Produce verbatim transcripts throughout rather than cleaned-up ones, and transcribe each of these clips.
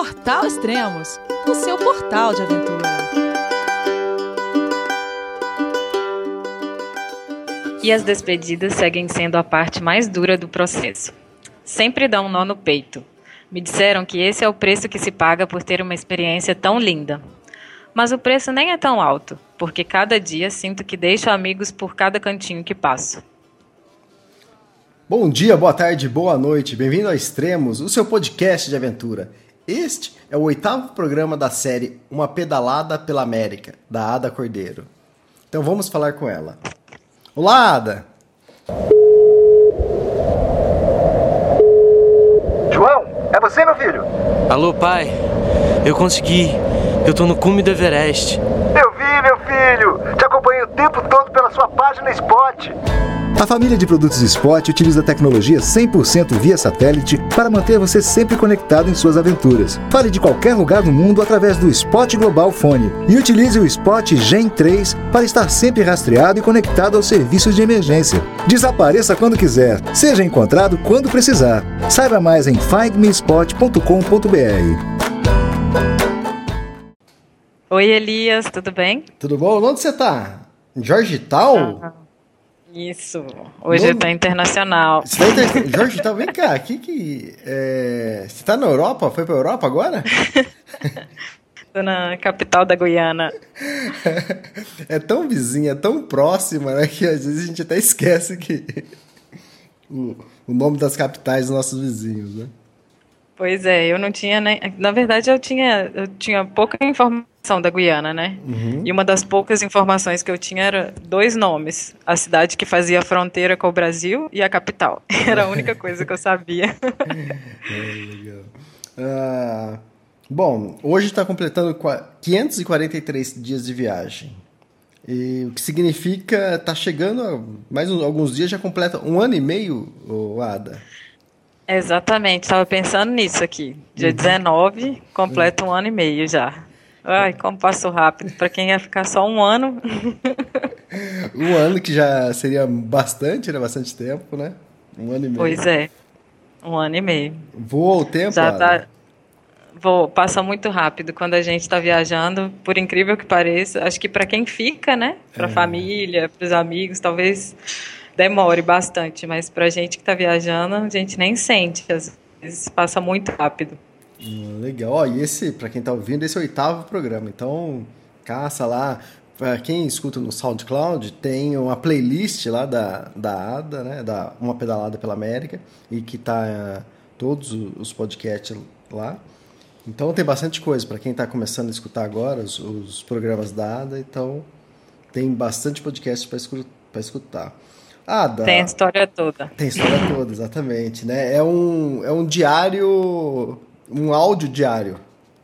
Portal Extremos, o seu portal de aventura. E as despedidas seguem sendo a parte mais dura do processo. Sempre dá um nó no peito. Me disseram que esse é o preço que se paga por ter uma experiência tão linda. Mas o preço nem é tão alto, porque cada dia sinto que deixo amigos por cada cantinho que passo. Bom dia, boa tarde, boa noite. Bem-vindo ao Extremos, o seu podcast de aventura. Este é o oitavo programa da série Uma Pedalada pela América, da Ada Cordeiro. Então vamos falar com ela. Olá, Ada! João, é você, meu filho? Alô, pai. Eu consegui. Eu tô no cume do Everest. Eu vi, meu filho. Te acompanhei o tempo todo pela sua página Spot. A família de produtos Spot utiliza a tecnologia cem por cento via satélite para manter você sempre conectado em suas aventuras. Fale de qualquer lugar do mundo através do Spot Global Fone e utilize o Spot Gen três para estar sempre rastreado e conectado aos serviços de emergência. Desapareça quando quiser, seja encontrado quando precisar. Saiba mais em find me spot ponto com ponto b r. Oi, Elias, tudo bem? Tudo bom? Onde você tá? Em Georgetown? Ah, isso, hoje Nome... eu tô internacional. Você tá inter... Georgetown, vem cá, que que, é... você tá na Europa? Foi pra Europa agora? Tô na capital da Guiana. É tão vizinha, é tão próxima, né, que às vezes a gente até esquece que o, o nome das capitais dos nossos vizinhos, né? Pois é, eu não tinha nem... Na verdade, eu tinha, eu tinha pouca informação da Guiana, né? Uhum. E uma das poucas informações que eu tinha era dois nomes. A cidade que fazia fronteira com o Brasil e a capital. Era a única coisa que eu sabia. É, legal. Ah, bom, hoje está completando quinhentos e quarenta e três dias de viagem. E o que significa, tá chegando a mais alguns dias, já completa um ano e meio, oh, Ada? Exatamente, estava pensando nisso aqui. Dia uhum. dezenove, completa uhum. um ano e meio já. Ai, como passou rápido. Para quem ia ficar só um ano. Um ano que já seria bastante, né? Bastante tempo, né? Um ano e meio. Pois é, um ano e meio. Voa o tempo, já Ada? Tá... Vou, passa muito rápido quando a gente está viajando, por incrível que pareça. Acho que para quem fica, né? Para a é. família, para os amigos, talvez demore bastante, mas para a gente que está viajando, a gente nem sente, às vezes passa muito rápido. Hum, legal. Ó, e esse, para quem está ouvindo, esse é o oitavo programa, então caça lá. Para quem escuta no SoundCloud, tem uma playlist lá da, da Ada, né? Da Uma Pedalada pela América, e que tá uh, todos os podcasts lá. Então tem bastante coisa para quem está começando a escutar agora os, os programas da Ada, então tem bastante podcast para escutar. Ada, tem a história toda. Tem a história toda, exatamente, né? É um, é um diário, um áudio diário.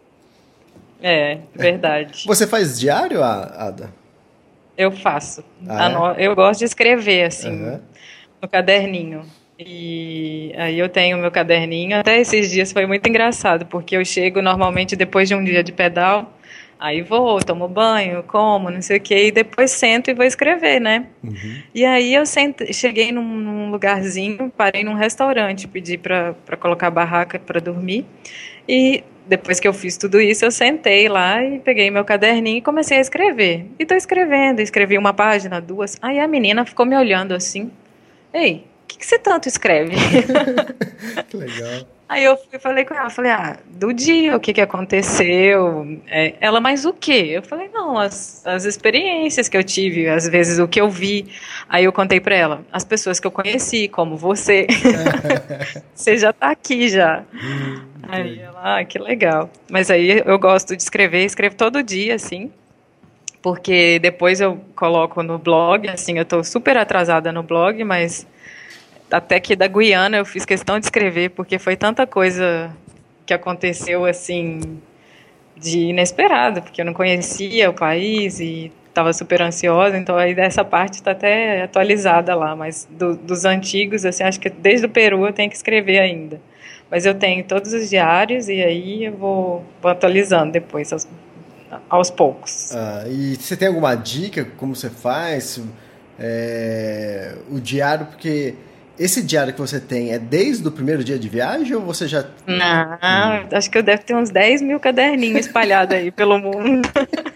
É, verdade. Você faz diário, Ada? Eu faço. Ah, é? Eu gosto de escrever, assim, uhum. no caderninho. E aí eu tenho meu caderninho. Até esses dias foi muito engraçado, porque eu chego normalmente depois de um dia de pedal, aí vou, tomo banho, como, não sei o quê, e depois sento e vou escrever, né? Uhum. E aí eu sent... cheguei num, num lugarzinho, parei num restaurante, pedi para colocar a barraca para dormir, e depois que eu fiz tudo isso, eu sentei lá e peguei meu caderninho e comecei a escrever. E tô escrevendo, escrevi uma página, duas, aí a menina ficou me olhando assim, ei, o que, que você tanto escreve? Que legal. Aí eu fui, falei com ela, falei, ah, do dia, o que, que aconteceu? É, ela, mas o quê? Eu falei, não, as, as experiências que eu tive, às vezes o que eu vi. Aí eu contei pra ela, as pessoas que eu conheci, como você. Você já tá aqui já. Hum, aí ela, ah, que legal. Mas aí eu gosto de escrever, escrevo todo dia, assim, porque depois eu coloco no blog, assim, eu tô super atrasada no blog, mas... Até que da Guiana eu fiz questão de escrever, porque foi tanta coisa que aconteceu, assim, de inesperado, porque eu não conhecia o país e estava super ansiosa, então aí dessa parte está até atualizada lá, mas do, dos antigos, assim, acho que desde o Peru eu tenho que escrever ainda. Mas eu tenho todos os diários e aí eu vou, vou atualizando depois, aos, aos poucos. Ah, e você tem alguma dica, como você faz é, o diário, porque... esse diário que você tem é desde o primeiro dia de viagem ou você já... Não, hum. acho que eu devo ter uns dez mil caderninhos espalhados aí pelo mundo.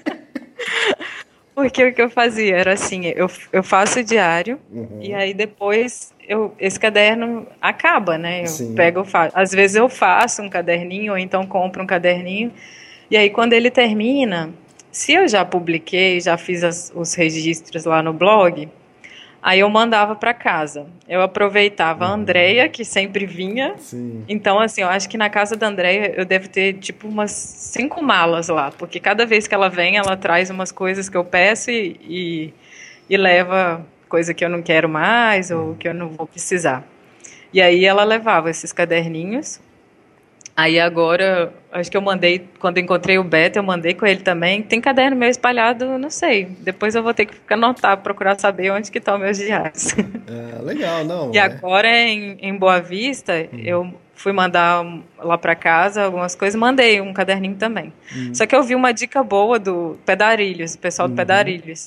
Porque o que eu fazia era assim, eu, eu faço o diário, uhum. e aí depois eu, esse caderno acaba, né? Eu Sim. pego, eu faço. Às vezes eu faço um caderninho, ou então compro um caderninho, e aí quando ele termina, se eu já publiquei, já fiz as, os registros lá no blog, aí eu mandava para casa. Eu aproveitava uhum. a Andreia, que sempre vinha. Sim. Então, assim, eu acho que na casa da Andreia eu devo ter, tipo, umas cinco malas lá. Porque cada vez que ela vem, ela traz umas coisas que eu peço e, e, e leva coisa que eu não quero mais ou que eu não vou precisar. E aí ela levava esses caderninhos. Aí agora, acho que eu mandei, quando eu encontrei o Beto, eu mandei com ele também. Tem caderno meu espalhado, não sei. Depois eu vou ter que anotar, procurar saber onde que estão meus diários. É, legal, não. E é. agora, em, em Boa Vista, hum. eu fui mandar lá para casa algumas coisas, mandei um caderninho também. Hum. Só que eu vi uma dica boa do Pedarilhos, o pessoal do uhum. Pedarilhos,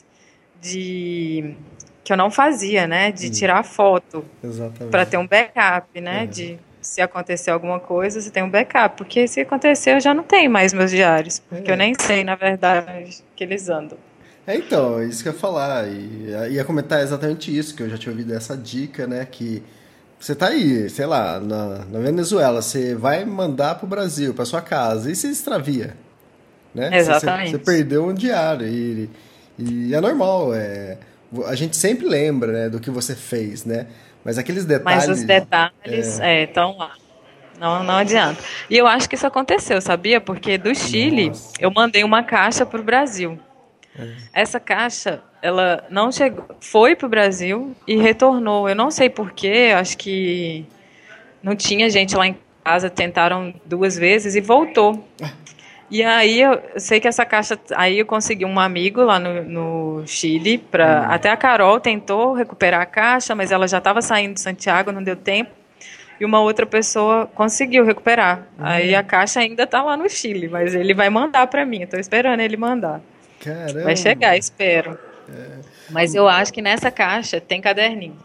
de... que eu não fazia, né? De hum. tirar foto. Exatamente. Para ter um backup, né? É. De... se acontecer alguma coisa, você tem um backup. Porque se acontecer, eu já não tenho mais meus diários. Porque é. eu nem sei, na verdade, que eles andam. É, então, é isso que eu ia falar. E ia comentar exatamente isso, que eu já tinha ouvido essa dica, né? Que você tá aí, sei lá, na, na Venezuela, você vai mandar pro Brasil, pra sua casa, e se extravia, né? Exatamente. Você, você perdeu um diário. E, e é normal, é, a gente sempre lembra, né, do que você fez, né? Mas aqueles detalhes... Mas os detalhes estão é, lá. Não, não adianta. E eu acho que isso aconteceu, sabia? Porque do Chile, Nossa. eu mandei uma caixa para o Brasil. É. Essa caixa, ela não chegou... Foi para o Brasil e retornou. Eu não sei porquê, acho que não tinha gente lá em casa, tentaram duas vezes e voltou. E aí eu sei que essa caixa, aí eu consegui um amigo lá no, no Chile, pra, hum. até a Carol tentou recuperar a caixa, mas ela já estava saindo de Santiago, não deu tempo, e uma outra pessoa conseguiu recuperar. Hum. Aí a caixa ainda está lá no Chile, mas ele vai mandar para mim, estou esperando ele mandar. Caramba. Vai chegar, espero. É. Mas eu acho que nessa caixa tem caderninho.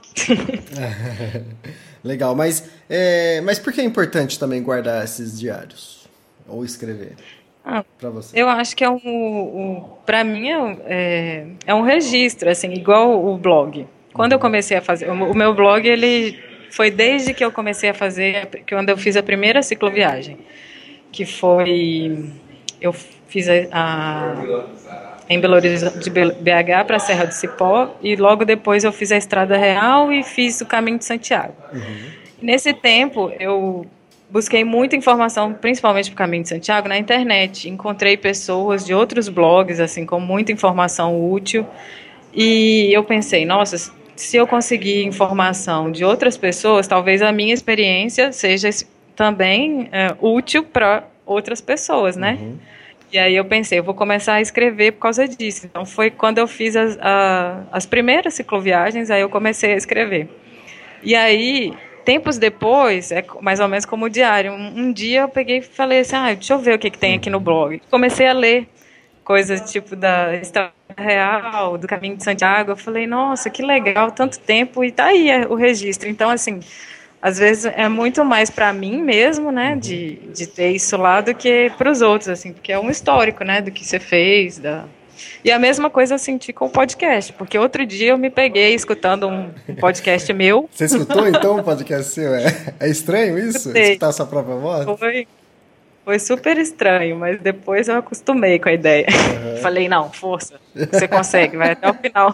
Legal, mas, é, mas por que é importante também guardar esses diários? Ou escrever? Ah, eu acho que é um, um para mim é, é um registro, assim, igual o blog. Quando eu comecei a fazer, o meu blog, ele foi desde que eu comecei a fazer, quando eu fiz a primeira cicloviagem, que foi, eu fiz a, a em Belo Horizonte, de B H para a Serra do Cipó, e logo depois eu fiz a Estrada Real e fiz o Caminho de Santiago. Uhum. Nesse tempo, eu busquei muita informação, principalmente para o Caminho de Santiago, na internet. Encontrei pessoas de outros blogs, assim, com muita informação útil. E eu pensei, nossa, se eu conseguir informação de outras pessoas, talvez a minha experiência seja também é, útil para outras pessoas, né? Uhum. E aí eu pensei, eu vou começar a escrever por causa disso. Então foi quando eu fiz as, a, as primeiras cicloviagens, aí eu comecei a escrever. E aí... Tempos depois, é mais ou menos como o diário, um, um dia eu peguei e falei assim, ah, deixa eu ver o que, que tem aqui no blog. Comecei a ler coisas tipo da Estrada Real, do Caminho de Santiago. Eu falei, nossa, que legal, tanto tempo, e tá aí o registro. Então, assim, às vezes é muito mais para mim mesmo, né, de, de ter isso lá do que para os outros, assim, porque é um histórico, né, do que você fez, da... E a mesma coisa eu senti com o podcast, porque outro dia eu me peguei escutando um podcast meu. Você escutou então o podcast seu? É, é estranho isso? Escutei. Escutar a sua própria voz? Foi, foi super estranho, mas depois eu acostumei com a ideia. Uhum. Falei, não, força, você consegue, vai até o final.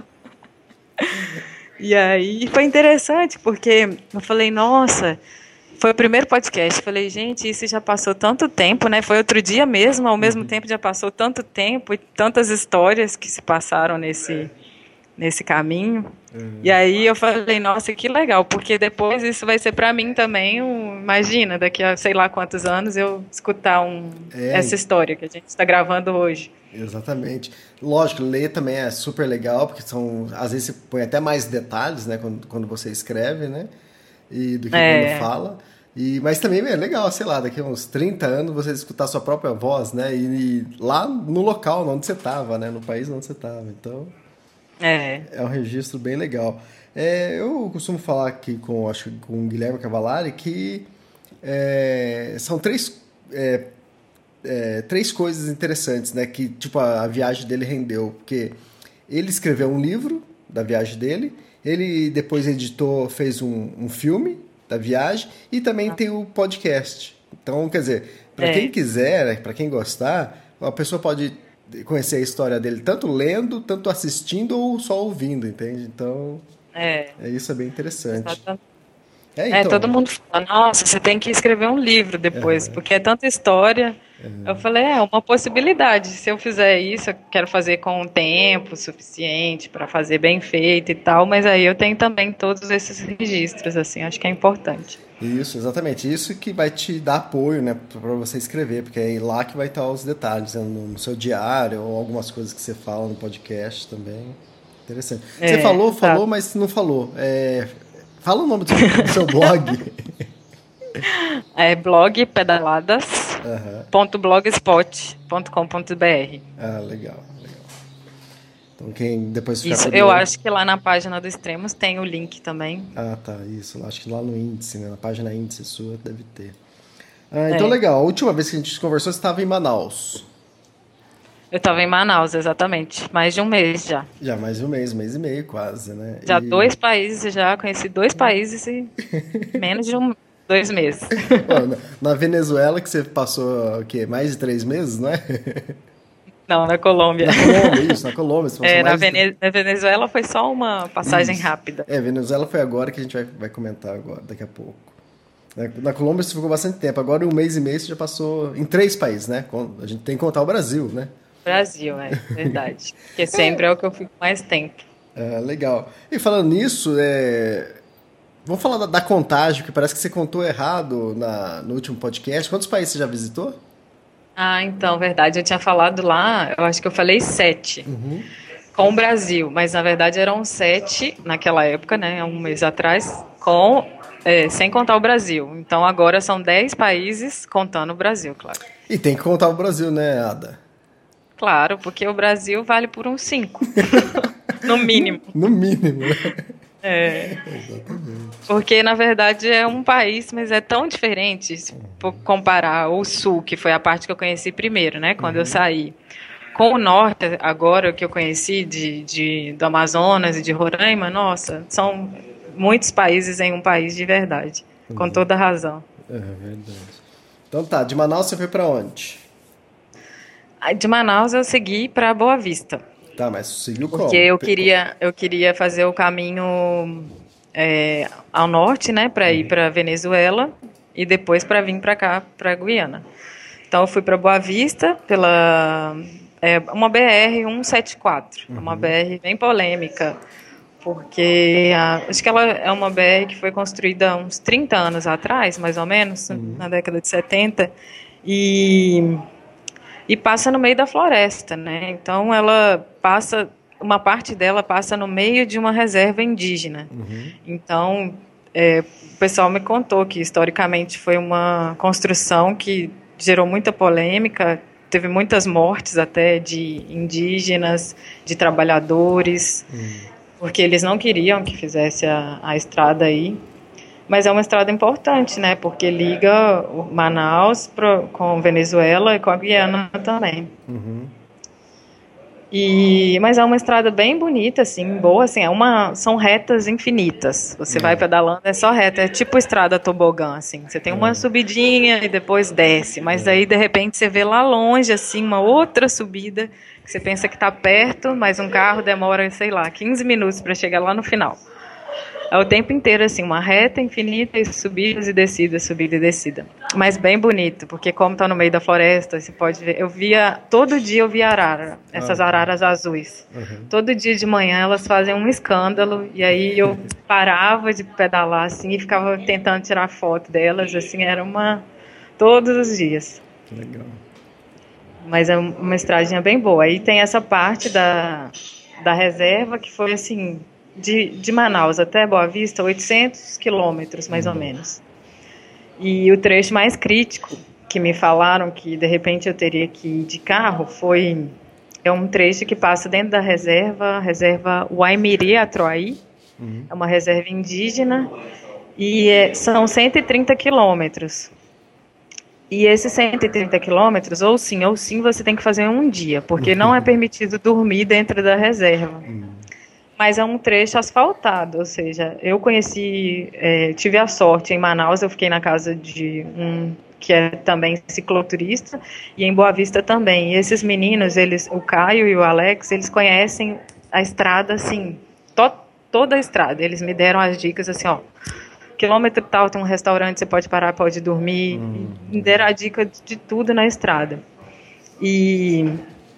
E aí foi interessante, porque eu falei, nossa... Foi o primeiro podcast. Falei, gente, isso já passou tanto tempo, né? Foi outro dia mesmo, ao mesmo uhum. tempo já passou tanto tempo e tantas histórias que se passaram nesse, nesse caminho. Uhum. E aí eu falei, nossa, que legal, porque depois isso vai ser para mim também, um, imagina, daqui a sei lá quantos anos eu escutar um, é. essa história que a gente está gravando hoje. Exatamente. Lógico, ler também é super legal, porque são, às vezes você põe até mais detalhes, né, quando, quando você escreve, né? E do que é. quando fala. E, mas também é legal, sei lá, daqui a uns trinta anos você escutar a sua própria voz, né? E, e lá no local onde você estava, né? No país onde você estava. Então, é. é um registro bem legal. É, eu costumo falar aqui com, acho, que com o Guilherme Cavallari que é, são três, é, é, três coisas interessantes, né? Que tipo, a, a viagem dele rendeu. Porque ele escreveu um livro da viagem dele, ele depois editou, fez um, um filme da viagem e também ah. tem o podcast. Então, quer dizer, para é. quem quiser, para quem gostar, a pessoa pode conhecer a história dele tanto lendo, tanto assistindo ou só ouvindo, entende? Então, é, é isso é bem interessante. Exatamente. É, então, é, todo mundo fala, nossa, você tem que escrever um livro depois, é. porque é tanta história. É. Eu falei, é uma possibilidade. Se eu fizer isso, eu quero fazer com um tempo suficiente para fazer bem feito e tal, mas aí eu tenho também todos esses registros, assim, acho que é importante. Isso, exatamente. Isso que vai te dar apoio, né, para você escrever, porque é lá que vai estar os detalhes, né, no seu diário ou algumas coisas que você fala no podcast também. Interessante. É, você falou, tá. falou, mas não falou. É... Fala o nome do seu, do seu blog. É blog pedaladas ponto blogspot ponto com ponto b r. Ah, legal, legal. Então quem depois ficar isso, eu ver... acho que lá na página do Extremos tem o link também. Ah, tá, isso. Acho que lá no índice, né? Na página índice sua deve ter. Ah, então é. Legal. A última vez que a gente conversou, você estava em Manaus. Eu estava em Manaus, exatamente. Mais de um mês já. Já mais de um mês, mês e meio quase, né? Já e... dois países, já conheci dois países em menos de um, dois meses. Bom, na Venezuela que você passou, o quê? Mais de três meses, não é? Não, na Colômbia. Na Colômbia, isso, na Colômbia. Você é, na, mais Vene... de... na Venezuela foi só uma passagem isso. rápida. É, Venezuela foi agora que a gente vai, vai comentar agora, daqui a pouco. Na Colômbia você ficou bastante tempo. Agora, um mês e meio, você já passou em três países, né? A gente tem que contar o Brasil, né? Brasil, é verdade. Porque sempre é. é o que eu fico mais tempo. É, legal. E falando nisso, é... vamos falar da, da contagem, que parece que você contou errado na, no último podcast. Quantos países você já visitou? Ah, então, verdade. Eu tinha falado lá, eu acho que eu falei sete. Uhum. Com o Brasil, mas na verdade eram sete naquela época, né? Um mês atrás, com, é, sem contar o Brasil. Então agora são dez países contando o Brasil, claro. E tem que contar o Brasil, né, Ada? Claro, porque o Brasil vale por uns cinco. No mínimo. No mínimo, né? É. Exatamente. Porque, na verdade, é um país, mas é tão diferente, se for comparar o Sul, que foi a parte que eu conheci primeiro, né? Quando uhum. eu saí. Com o Norte, agora, que eu conheci de, de, do Amazonas e de Roraima, nossa, são muitos países em um país de verdade. Uhum. Com toda razão. É verdade. Então tá, de Manaus você foi pra onde? De Manaus eu segui para Boa Vista. Tá, mas seguiu como? Porque eu queria, eu queria fazer o caminho é, ao norte, né, para ir para Venezuela e depois para vir para cá, para Guiana. Então eu fui para Boa Vista pela é, uma B R cento e setenta e quatro, uhum. uma B R bem polêmica, porque a, acho que ela é uma B R que foi construída há uns trinta anos atrás, mais ou menos, uhum. na década de setenta, e E passa no meio da floresta, né? Então ela passa, uma parte dela passa no meio de uma reserva indígena. Uhum. Então é, o pessoal me contou que historicamente foi uma construção que gerou muita polêmica, teve muitas mortes até de indígenas, de trabalhadores, uhum. porque eles não queriam que fizesse a, a estrada aí. Mas é uma estrada importante, né? Porque liga Manaus pro, com Venezuela e com a Guiana também. Uhum. E, mas é uma estrada bem bonita, assim, boa, assim, é uma, são retas infinitas. Você uhum. vai pedalando, é só reta, é tipo estrada tobogã, assim. Você tem uma uhum. subidinha e depois desce, mas uhum. aí de repente você vê lá longe, assim, uma outra subida que você pensa que está perto, mas um carro demora, sei lá, quinze minutos para chegar lá no final. É o tempo inteiro, assim, uma reta infinita, e subidas e descidas, subida e descida. Mas bem bonito, porque como está no meio da floresta, você pode ver... Eu via, todo dia eu via arara, essas araras azuis. Uhum. Todo dia de manhã elas fazem um escândalo, e aí eu parava de pedalar, assim, e ficava tentando tirar foto delas, assim, era uma... Todos os dias. Legal. Mas é uma estradinha bem boa. Aí tem essa parte da, da reserva, que foi, assim... De, de Manaus até Boa Vista, oitocentos quilômetros, mais ou menos. E o trecho mais crítico, que me falaram que de repente eu teria que ir de carro, foi... É um trecho que passa dentro da reserva, reserva Waimiri-Atroaí, Uhum. É uma reserva indígena e é, são cento e trinta quilômetros. E esses cento e trinta quilômetros, ou sim, ou sim, você tem que fazer em um dia, porque não é permitido dormir dentro da reserva. Uhum. Mas é um trecho asfaltado, ou seja, eu conheci, é, tive a sorte em Manaus, eu fiquei na casa de um que é também cicloturista, e em Boa Vista também. E esses meninos, eles, o Caio e o Alex, eles conhecem a estrada, assim, to, toda a estrada. Eles me deram as dicas, assim, ó, quilômetro tal, tem um restaurante, você pode parar, pode dormir. Hum. Me deram a dica de tudo na estrada. E,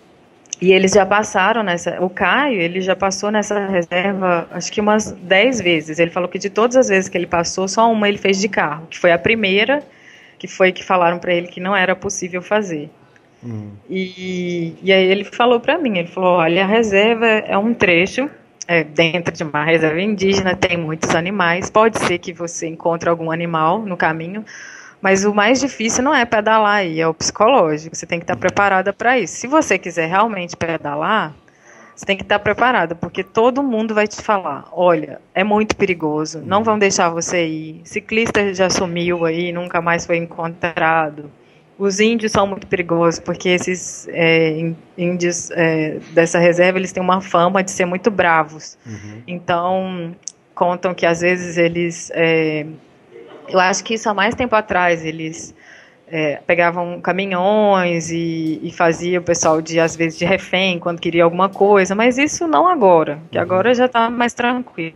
e eles já passaram nessa... O Caio, ele já passou nessa reserva, acho que umas dez vezes. Ele falou que de todas as vezes que ele passou, só uma ele fez de carro, que foi a primeira... que foi que falaram para ele que não era possível fazer. Uhum. E, e aí ele falou para mim, ele falou, olha, a reserva é um trecho, é, dentro de uma reserva indígena, tem muitos animais, pode ser que você encontre algum animal no caminho, mas o mais difícil não é pedalar aí, é o psicológico, você tem que estar preparada para isso. Se você quiser realmente pedalar, você tem que estar preparada, porque todo mundo vai te falar, olha, é muito perigoso, não vão deixar você ir, ciclista já sumiu aí, nunca mais foi encontrado, os índios são muito perigosos, porque esses é, índios é, dessa reserva, eles têm uma fama de ser muito bravos, uhum. Então, contam que às vezes eles, é, eu acho que isso há mais tempo atrás, eles... É, pegavam caminhões e, e fazia o pessoal de, às vezes, de refém quando queria alguma coisa, mas isso não agora, que agora já está mais tranquilo.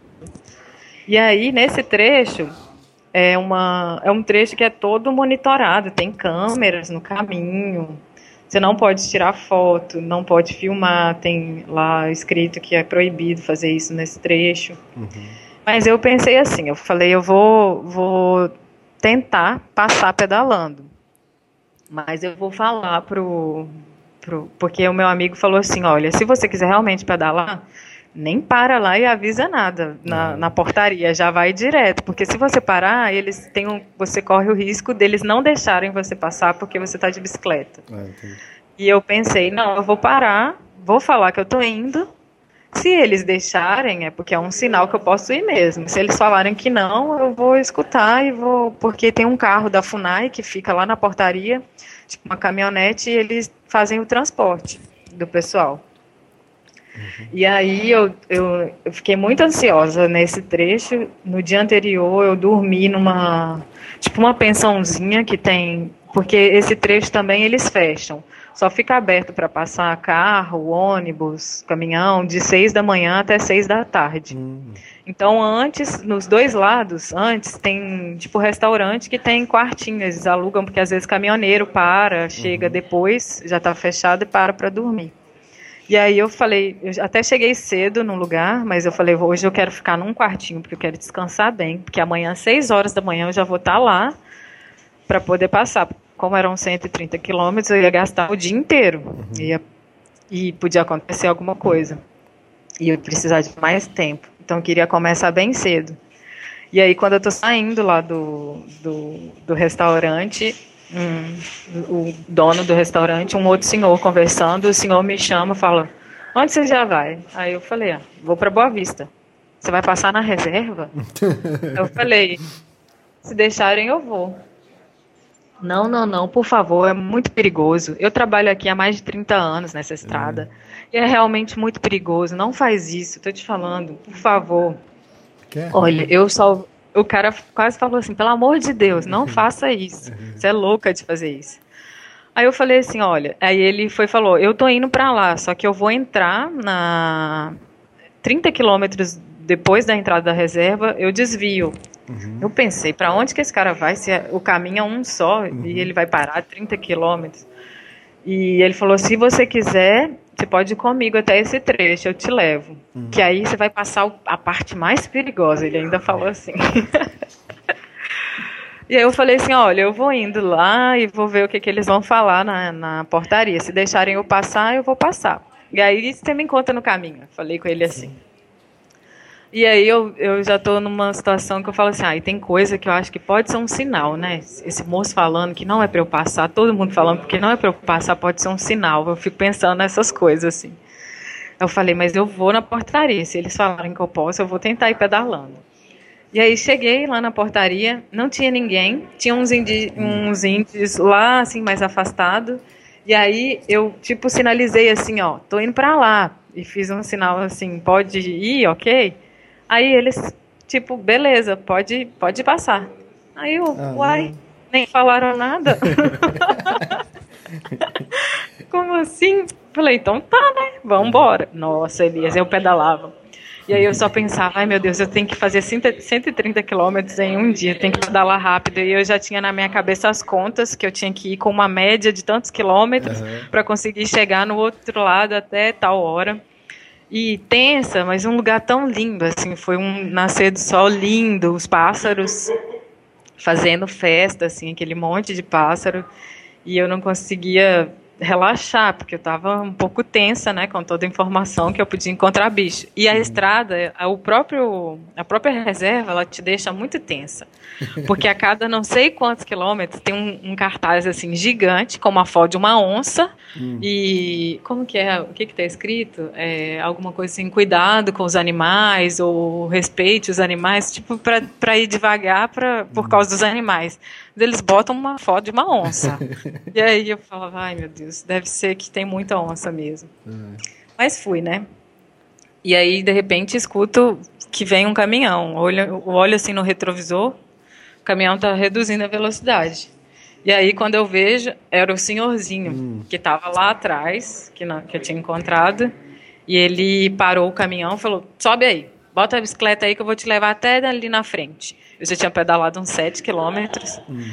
E aí, nesse trecho, é, uma, é um trecho que é todo monitorado, tem câmeras no caminho, você não pode tirar foto, não pode filmar, tem lá escrito que é proibido fazer isso nesse trecho. Uhum. Mas eu pensei assim, eu falei, eu vou, vou tentar passar pedalando. Mas eu vou falar pro, pro... Porque o meu amigo falou assim, olha, se você quiser realmente pedalar, nem para lá e avisa nada na, na portaria, já vai direto. Porque se você parar, eles têm um, você corre o risco deles não deixarem você passar porque você está de bicicleta. Ah, e eu pensei, não, eu vou parar, vou falar que eu estou indo. Se eles deixarem, é porque é um sinal que eu posso ir mesmo. Se eles falarem que não, eu vou escutar e vou... Porque tem um carro da FUNAI que fica lá na portaria, tipo uma caminhonete, e eles fazem o transporte do pessoal. Uhum. E aí eu, eu, eu fiquei muito ansiosa nesse trecho. No dia anterior eu dormi numa... Tipo uma pensãozinha que tem... Porque esse trecho também eles fecham. Só fica aberto para passar carro, ônibus, caminhão, de seis da manhã até seis da tarde. Hum. Então, antes, nos dois lados, antes tem, tipo, restaurante que tem quartinhos, eles alugam, porque às vezes caminhoneiro para, chega uhum. depois, já está fechado e para para dormir. E aí eu falei, eu até cheguei cedo no lugar, mas eu falei, hoje eu quero ficar num quartinho, porque eu quero descansar bem, porque amanhã, às seis horas da manhã, eu já vou estar lá para poder passar. Como eram cento e trinta quilômetros, eu ia gastar o dia inteiro. Uhum. Ia, e podia acontecer alguma coisa. E eu ia precisar de mais tempo. Então, eu queria começar bem cedo. E aí, quando eu estou saindo lá do, do, do restaurante, um, o dono do restaurante, um outro senhor conversando, o senhor me chama e fala, onde você já vai? Aí eu falei, ah, vou para Boa Vista. Você vai passar na reserva? Eu falei, se deixarem, eu vou. Não, não, não, por favor, é muito perigoso. Eu trabalho aqui há mais de trinta anos nessa estrada. Hum. E é realmente muito perigoso. Não faz isso, tô te falando, por favor. Quer? Olha, eu só... O cara quase falou assim, pelo amor de Deus, não faça isso. Você é louca de fazer isso. Aí eu falei assim, olha... Aí ele foi e falou, eu tô indo pra lá, só que eu vou entrar na... trinta quilômetros depois da entrada da reserva, eu desvio. Uhum. Eu pensei, para onde que esse cara vai? Se o caminho é um só, uhum. e ele vai parar trinta quilômetros. E ele falou, se você quiser, você pode ir comigo até esse trecho, eu te levo. Uhum. Que aí você vai passar a parte mais perigosa. Ele ainda falou assim. E aí eu falei assim, olha, eu vou indo lá e vou ver o que, que eles vão falar na, na portaria. Se deixarem eu passar, eu vou passar. E aí você me encontra no caminho. Falei com ele assim. E aí eu, eu já estou numa situação que eu falo assim, ah, e tem coisa que eu acho que pode ser um sinal, né? Esse moço falando que não é para eu passar, todo mundo falando porque não é para eu passar, pode ser um sinal. Eu fico pensando nessas coisas, assim. Eu falei, mas eu vou na portaria, se eles falarem que eu posso, eu vou tentar ir pedalando. E aí cheguei lá na portaria, não tinha ninguém, tinha uns, indi- uns índios lá, assim, mais afastados, e aí eu, tipo, sinalizei assim, ó, tô indo pra lá, e fiz um sinal assim, pode ir, ok? Aí eles, tipo, beleza, pode, pode passar. Aí eu, ah, uai, não. Nem falaram nada. Como assim? Falei, então tá, né? Vambora. Nossa, Elias, eu pedalava. E aí eu só pensava, ai meu Deus, eu tenho que fazer cento e trinta quilômetros em um dia, tenho que pedalar rápido. E eu já tinha na minha cabeça as contas, que eu tinha que ir com uma média de tantos quilômetros uhum. para conseguir chegar no outro lado até tal hora. E tensa, mas um lugar tão lindo, assim, foi um nascer do sol lindo, os pássaros fazendo festa, assim, aquele monte de pássaro. E eu não conseguia relaxar, porque eu estava um pouco tensa, né, com toda a informação que eu podia encontrar bicho. E a uhum. estrada, a, o próprio, a própria reserva, ela te deixa muito tensa, porque a cada não sei quantos quilômetros tem um, um cartaz assim gigante, com uma foto de uma onça, uhum. e como que é, o que que está escrito? É, alguma coisa assim, cuidado com os animais, ou respeite os animais, tipo, para ir devagar pra, por uhum. causa dos animais. Eles botam uma foto de uma onça. E aí eu falava, ai meu Deus, deve ser que tem muita onça mesmo. Uhum. Mas fui, né? E aí, de repente, escuto que vem um caminhão. Olho, olho assim no retrovisor, o caminhão está reduzindo a velocidade. E aí, quando eu vejo, era o senhorzinho uhum. que estava lá atrás, que, não, que eu tinha encontrado, e ele parou o caminhão e falou, sobe aí, bota a bicicleta aí que eu vou te levar até ali na frente. Eu já tinha pedalado uns sete quilômetros. Hum.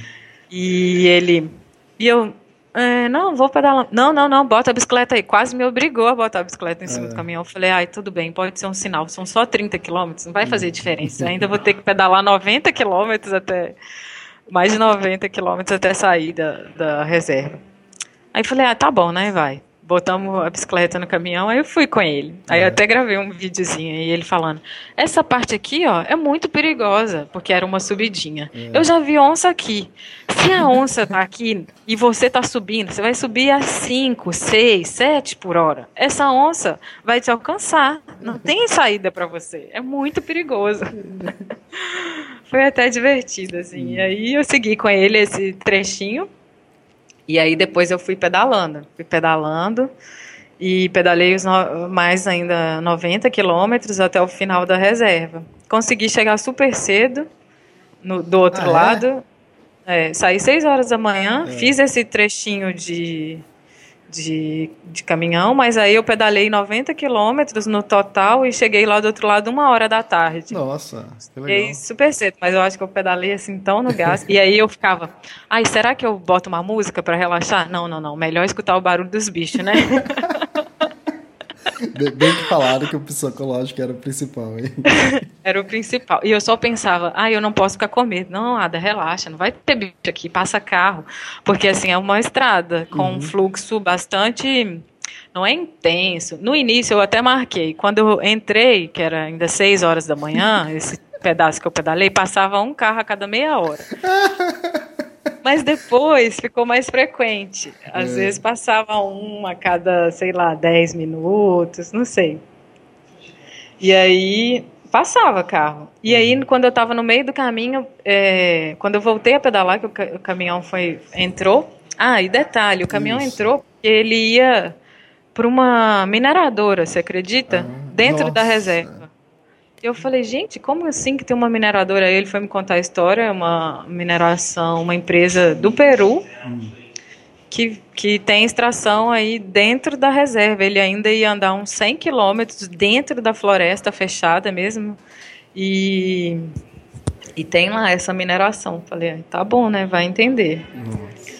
E ele... E eu... É, não, vou pedalar. Não, não, não, bota a bicicleta aí. Quase me obrigou a botar a bicicleta em cima é. do caminhão. Eu falei, ai, tudo bem, pode ser um sinal. São só trinta quilômetros, não vai fazer diferença. Eu ainda vou ter que pedalar noventa quilômetros até... Mais de noventa quilômetros até sair da, da reserva. Aí eu falei, ah, tá bom, né, vai. Botamos a bicicleta no caminhão, aí eu fui com ele. Aí é. eu até gravei um videozinho aí, ele falando, essa parte aqui, ó, é muito perigosa, porque era uma subidinha. É. Eu já vi onça aqui. Se a onça tá aqui e você tá subindo, você vai subir a cinco, seis, sete por hora. Essa onça vai te alcançar. Não tem saída para você. É muito perigoso. Foi até divertido, assim. Hum. E aí eu segui com ele esse trechinho. E aí depois eu fui pedalando, fui pedalando e pedalei os no, mais ainda noventa quilômetros até o final da reserva. Consegui chegar super cedo no, do outro ah, lado, é? É, saí seis horas da manhã, é. fiz esse trechinho de, de, de caminhão, mas aí eu pedalei noventa quilômetros no total e cheguei lá do outro lado uma hora da tarde. Nossa, que legal. Cheguei super cedo, mas eu acho que eu pedalei assim tão no gás. E aí eu ficava, ai, será que eu boto uma música pra relaxar? Não, não, não, melhor escutar o barulho dos bichos, né? Bem que falaram que o psicológico era o principal, hein? Era o principal. E eu só pensava, ah, eu não posso ficar com medo. Não, Ada, relaxa, não vai ter bicho aqui, passa carro. Porque, assim, é uma estrada com uhum. um fluxo bastante... Não é intenso. No início eu até marquei. Quando eu entrei, que era ainda seis horas da manhã, esse pedaço que eu pedalei, passava um carro a cada meia hora. Mas depois ficou mais frequente. Às é. vezes passava um a cada, sei lá, dez minutos, não sei. E aí passava carro. E aí, quando eu estava no meio do caminho, é, quando eu voltei a pedalar, que o, ca- o caminhão foi, entrou... Ah, e detalhe, o caminhão Isso. entrou porque ele ia para uma mineradora, você acredita? Ah, Dentro nossa. da reserva. Eu falei, gente, como assim que tem uma mineradora aí? Ele foi me contar a história, uma mineração, uma empresa do Peru, hum. que, que tem extração aí dentro da reserva. Ele ainda ia andar uns cem quilômetros dentro da floresta fechada mesmo, e, e tem lá essa mineração. Falei, tá bom, né? Vai entender. Nossa.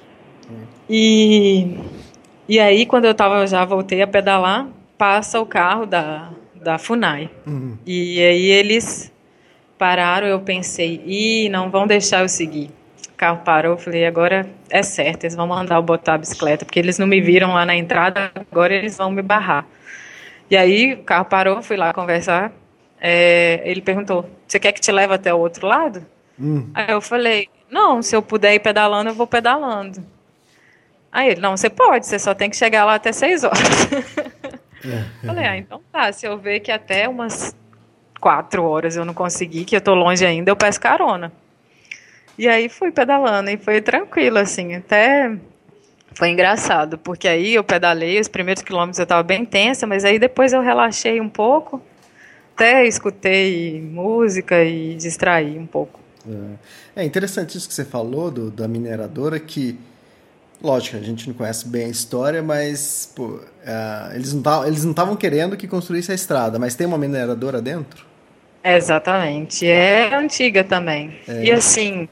E, e aí, quando eu tava, já voltei a pedalar, passa o carro da... da FUNAI. Uhum. E aí eles pararam, eu pensei, ih, não vão deixar eu seguir. O carro parou, eu falei, agora é certo, eles vão mandar eu botar a bicicleta, porque eles não me viram lá na entrada, agora eles vão me barrar. E aí o carro parou, eu fui lá conversar, é, ele perguntou, você quer que te leve até o outro lado? Uhum. Aí eu falei, não, se eu puder ir pedalando, eu vou pedalando. Aí ele, não, você pode, você só tem que chegar lá até seis horas. Falei, ah, então tá, se eu ver que até umas quatro horas eu não consegui, que eu tô longe ainda, eu peço carona. E aí fui pedalando e foi tranquilo, assim, até foi engraçado, porque aí eu pedalei, os primeiros quilômetros eu tava bem tensa, mas aí depois eu relaxei um pouco, até escutei música e distraí um pouco. É, é interessante isso que você falou do, da mineradora, que, lógico, a gente não conhece bem a história, mas pô, uh, eles não estavam querendo que construísse a estrada, mas tem uma mineradora dentro? Exatamente, é antiga também. É. E assim,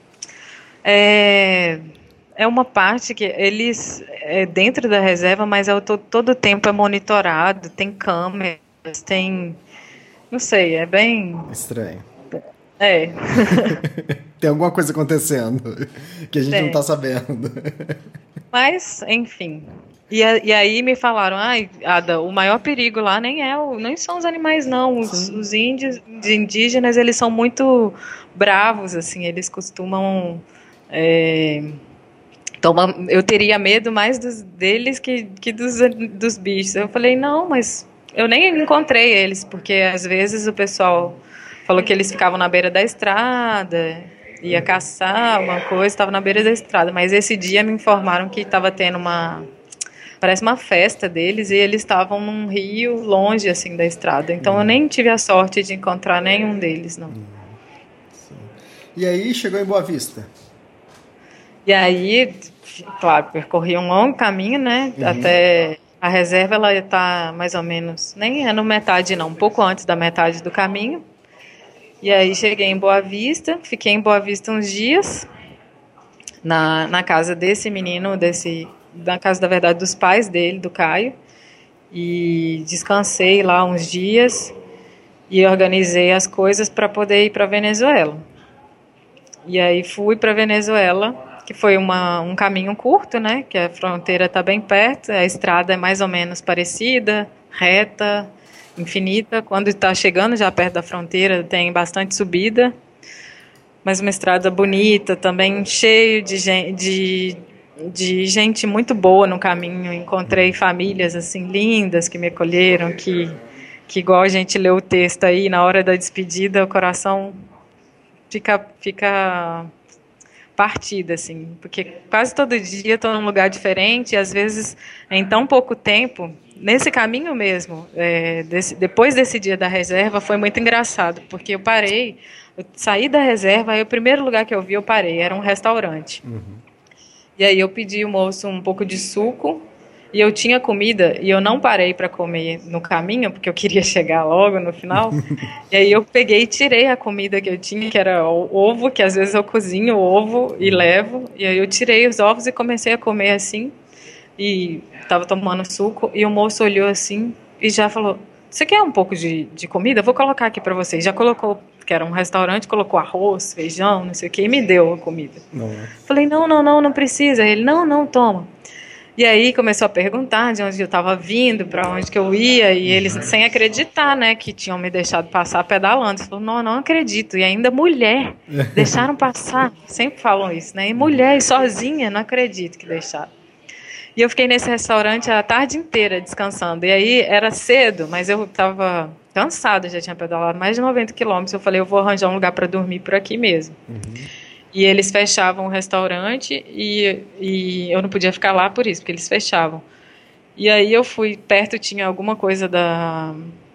é, é uma parte que eles, é dentro da reserva, mas é, todo, todo o tempo é monitorado, tem câmeras, tem, não sei, é bem... Estranho. É. Tem alguma coisa acontecendo que a gente tem. Não está sabendo. Mas, enfim... E, a, e aí me falaram, ai, Ada, o maior perigo lá nem é o, nem são os animais não, os, os índios, indígenas, eles são muito bravos, assim, eles costumam, é, toma, eu teria medo mais dos, deles que, que dos, dos bichos. Eu falei, não, mas eu nem encontrei eles, porque às vezes o pessoal falou que eles ficavam na beira da estrada, ia caçar uma coisa, estava na beira da estrada, mas esse dia me informaram que estava tendo uma... Parece uma festa deles, e eles estavam num rio longe, assim, da estrada. Então, uhum. eu nem tive a sorte de encontrar nenhum deles, não. Sim. E aí, chegou em Boa Vista? E aí, claro, percorri um longo caminho, né? Uhum. Até a reserva, ela está mais ou menos, nem é no metade, não, um pouco antes da metade do caminho. E aí, cheguei em Boa Vista, fiquei em Boa Vista uns dias, na, na casa desse menino, desse... na casa, da verdade, dos pais dele, do Caio, e descansei lá uns dias e organizei as coisas para poder ir para a Venezuela. E aí fui para a Venezuela, que foi uma, um caminho curto, né, que a fronteira está bem perto, a estrada é mais ou menos parecida, reta, infinita. Quando está chegando já perto da fronteira tem bastante subida, mas uma estrada bonita, também cheio de gente... De, de gente muito boa no caminho. Encontrei famílias assim lindas que me acolheram, que, que igual a gente leu o texto aí, na hora da despedida o coração fica, fica partido, assim, porque quase todo dia estou num lugar diferente, e às vezes em tão pouco tempo, nesse caminho mesmo, é, desse, depois desse dia da reserva, foi muito engraçado, porque eu parei, eu saí da reserva, e o primeiro lugar que eu vi, eu parei, era um restaurante. Uhum. E aí eu pedi o moço um pouco de suco, e eu tinha comida, e eu não parei para comer no caminho, porque eu queria chegar logo no final. E aí eu peguei e tirei a comida que eu tinha, que era o ovo, que às vezes eu cozinho o ovo e levo. E aí eu tirei os ovos e comecei a comer assim, e estava tomando suco, e o moço olhou assim e já falou, você quer um pouco de, de comida? Vou colocar aqui para você. Já colocou, que era um restaurante, colocou arroz, feijão, não sei o que, e me deu a comida. Não. Falei, não, não, não, não precisa. Ele, não, não, toma. E aí começou a perguntar de onde eu estava vindo, para onde que eu ia, e eles, sem acreditar, né, que tinham me deixado passar pedalando. Ele falou, não, não acredito. E ainda mulher, deixaram passar. Sempre falam isso, né? E mulher, e sozinha, não acredito que deixaram. E eu fiquei nesse restaurante a tarde inteira descansando. E aí era cedo, mas eu estava cansada, já tinha pedalado mais de noventa quilômetros. Eu falei, eu vou arranjar um lugar para dormir por aqui mesmo. Uhum. E eles fechavam o restaurante e, e eu não podia ficar lá por isso, porque eles fechavam. E aí eu fui, perto tinha alguma coisa da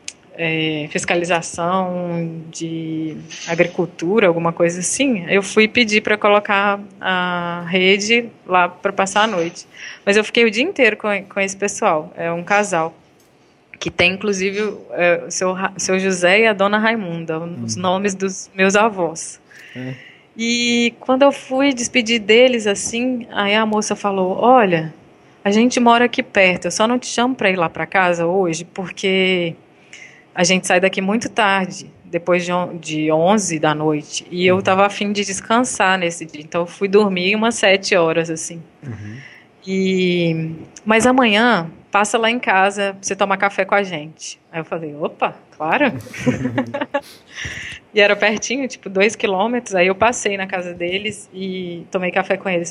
é, fiscalização de agricultura, alguma coisa assim. Eu fui pedir para colocar a rede lá para passar a noite. Mas eu fiquei o dia inteiro com, com esse pessoal, é um casal, que tem inclusive é, o seu, seu José e a dona Raimunda, os nomes dos meus avós. É. E quando eu fui despedir deles, assim, aí a moça falou, olha, a gente mora aqui perto, eu só não te chamo para ir lá para casa hoje, porque a gente sai daqui muito tarde, depois de onze da noite, e eu estava a fim de descansar nesse dia, então eu fui dormir umas sete horas, assim. Uhum. E, mas amanhã, passa lá em casa pra você tomar café com a gente. Aí eu falei, opa, claro. E era pertinho, tipo, dois quilômetros. Aí eu passei na casa deles e tomei café com eles.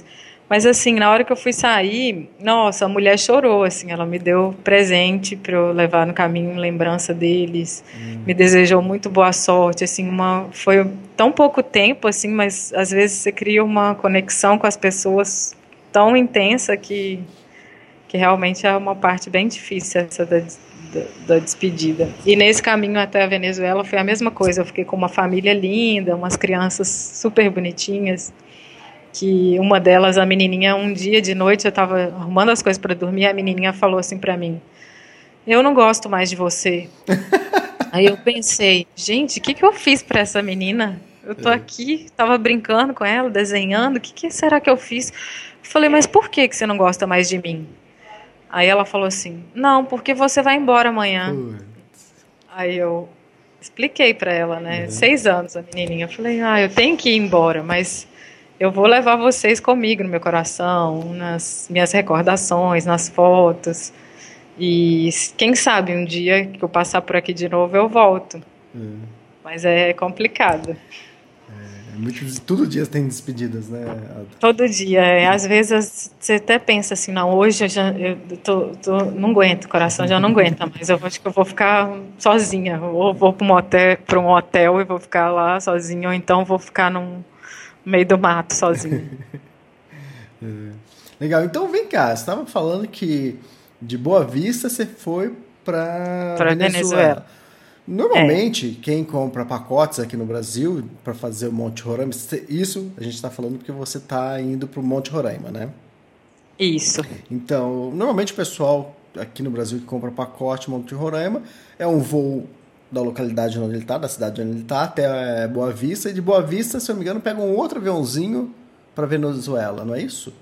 Mas assim, na hora que eu fui sair, nossa, a mulher chorou, assim, ela me deu presente para eu levar no caminho, lembrança deles, hum. me desejou muito boa sorte, assim, uma, foi tão pouco tempo, assim, mas às vezes você cria uma conexão com as pessoas tão intensa que, que realmente é uma parte bem difícil essa da, da, da despedida. E nesse caminho até a Venezuela foi a mesma coisa, eu fiquei com uma família linda, umas crianças super bonitinhas, que uma delas, a menininha, um dia de noite, eu estava arrumando as coisas para dormir, a menininha falou assim para mim, eu não gosto mais de você. Aí eu pensei, gente, o que, que eu fiz para essa menina? Eu tô aqui, estava brincando com ela, desenhando, o que, que será que eu fiz? Eu falei, mas por que, que você não gosta mais de mim? Aí ela falou assim, não, porque você vai embora amanhã. Uhum. Aí eu expliquei para ela, né, uhum. seis anos a menininha, eu falei, ah, eu tenho que ir embora, mas eu vou levar vocês comigo no meu coração, nas minhas recordações, nas fotos. E quem sabe um dia que eu passar por aqui de novo eu volto. Hum. Mas é complicado. É, muito, todo dia tem despedidas, né? Todo dia. É, às vezes você até pensa assim, não, hoje eu já eu tô, tô, não aguento, o coração já não aguenta, mas eu acho que eu vou ficar sozinha. Ou vou para um hotel, para um hotel e vou ficar lá sozinha, ou então vou ficar num no meio do mato, sozinho. É. Legal. Então, vem cá. Você estava falando que de Boa Vista você foi para Venezuela. Venezuela. Normalmente, é. quem compra pacotes aqui no Brasil para fazer o Monte Roraima, isso a gente está falando porque você está indo para o Monte Roraima, né? Isso. Então, normalmente o pessoal aqui no Brasil que compra pacote Monte Roraima é um voo da localidade onde ele está, da cidade onde ele está, até Boa Vista, e de Boa Vista, se eu não me engano, pega um outro aviãozinho para Venezuela, não é isso?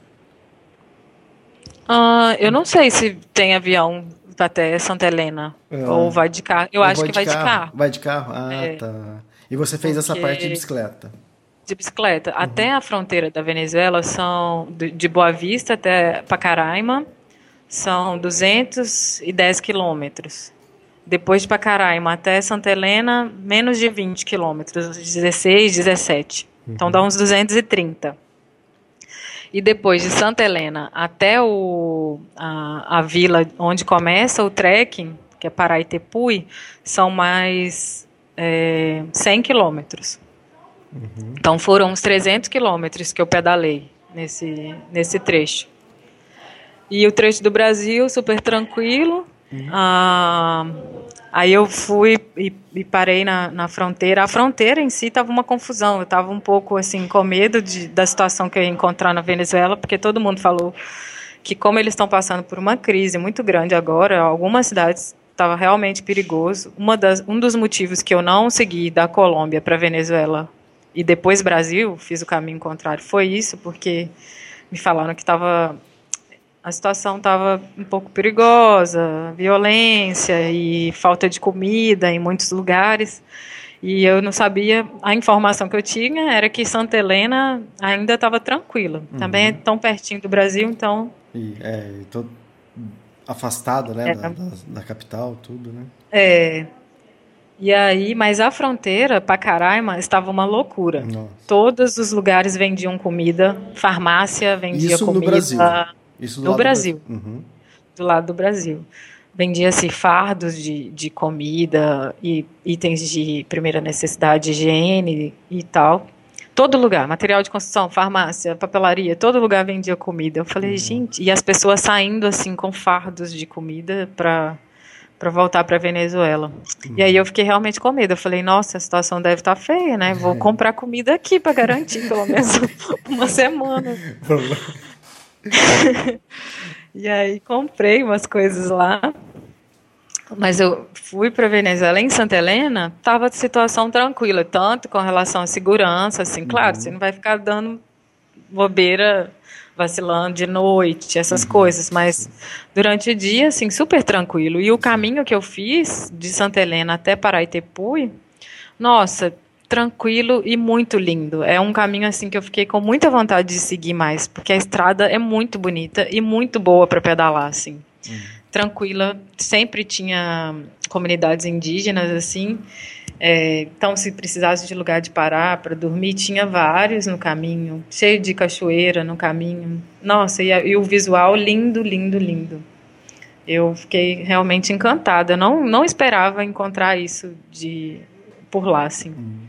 Uh, eu não sei se tem avião até Santa Helena, é. ou vai de carro, eu ou acho vai que vai de carro. de carro. Vai de carro? Ah, é. tá. E você fez Porque... essa parte de bicicleta? De bicicleta. Uhum. Até a fronteira da Venezuela, são de Boa Vista até Pacaraima, são duzentos e dez quilômetros. Depois de Pacaraima até Santa Helena, menos de vinte quilômetros, dezesseis, dezessete. Uhum. Então dá uns duzentos e trinta. E depois de Santa Helena até o, a, a vila onde começa o trekking, que é Paraitepui, são mais é, cem quilômetros. Uhum. Então foram uns trezentos quilômetros que eu pedalei nesse, nesse trecho. E o trecho do Brasil, super tranquilo. Uhum. Ah, aí eu fui e, e parei na, na fronteira. A fronteira em si estava uma confusão. Eu estava um pouco assim com medo de, da situação que eu ia encontrar na Venezuela, porque todo mundo falou que como eles estão passando por uma crise muito grande agora, algumas cidades estava realmente perigoso. Uma das, um dos motivos que eu não segui da Colômbia para a Venezuela e depois Brasil, fiz o caminho contrário, foi isso, porque me falaram que estava... a situação estava um pouco perigosa, violência e falta de comida em muitos lugares, e eu não sabia, a informação que eu tinha era que Santa Helena ainda estava tranquila, uhum. também é tão pertinho do Brasil, então... E, é, tô afastada, né, é, da, da, da capital, tudo, né? É, e aí, mas a fronteira, Pacaraima, estava uma loucura. Nossa. Todos os lugares vendiam comida, farmácia vendia Isso comida... no Brasil. Isso do do Brasil, do, Brasil. Uhum. do lado do Brasil. Vendia-se fardos de, de comida e itens de primeira necessidade, higiene e tal. Todo lugar, material de construção, farmácia, papelaria, todo lugar vendia comida. Eu falei, uhum. gente, e as pessoas saindo assim com fardos de comida para para voltar para Venezuela. Uhum. E aí eu fiquei realmente com medo. Eu falei, nossa, a situação deve estar feia, né? Vou comprar comida aqui para garantir pelo menos uma semana. E aí comprei umas coisas lá, mas eu fui para Venezuela em Santa Helena, estava a situação tranquila, tanto com relação à segurança, assim, claro, uhum. você não vai ficar dando bobeira, vacilando de noite, essas uhum. coisas, mas durante o dia, assim, super tranquilo. E o caminho que eu fiz de Santa Helena até Paraitepui, nossa, tranquilo e muito lindo. É um caminho assim que eu fiquei com muita vontade de seguir mais, porque a estrada é muito bonita e muito boa para pedalar, assim. Uhum. Tranquila, sempre tinha comunidades indígenas, assim, É, então, se precisasse de lugar de parar para dormir, tinha vários no caminho, cheio de cachoeira no caminho. Nossa, e, a, e o visual lindo, lindo, lindo. Eu fiquei realmente encantada. Não, não esperava encontrar isso de, por lá, assim. Hum.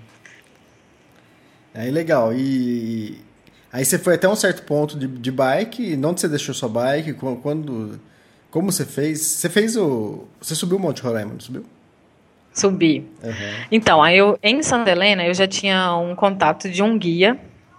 Aí, legal. E aí você foi até um certo ponto de, de bike. Onde você deixou sua bike? Quando, como você fez? Você fez o... Você subiu o Monte Roraima, não subiu? Subi. Uhum. Então, aí eu, em Santa Helena, eu já tinha um contato de um guia,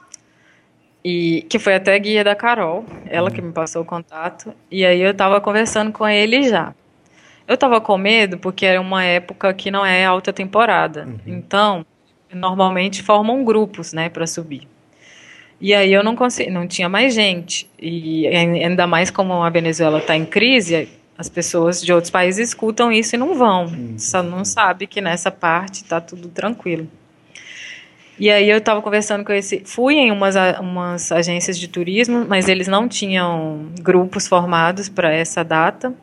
e, que foi até guia da Carol, ela uhum. que me passou o contato, e aí eu estava conversando com ele já. Eu estava com medo porque era uma época que não é alta temporada, uhum. então, normalmente formam grupos, né, para subir. E aí eu não consegui, não tinha mais gente, e ainda mais como a Venezuela está em crise, as pessoas de outros países escutam isso e não vão. Hum. Só não sabe que nessa parte está tudo tranquilo. E aí eu estava conversando com esse... Fui em umas, umas agências de turismo, mas eles não tinham grupos formados para essa data.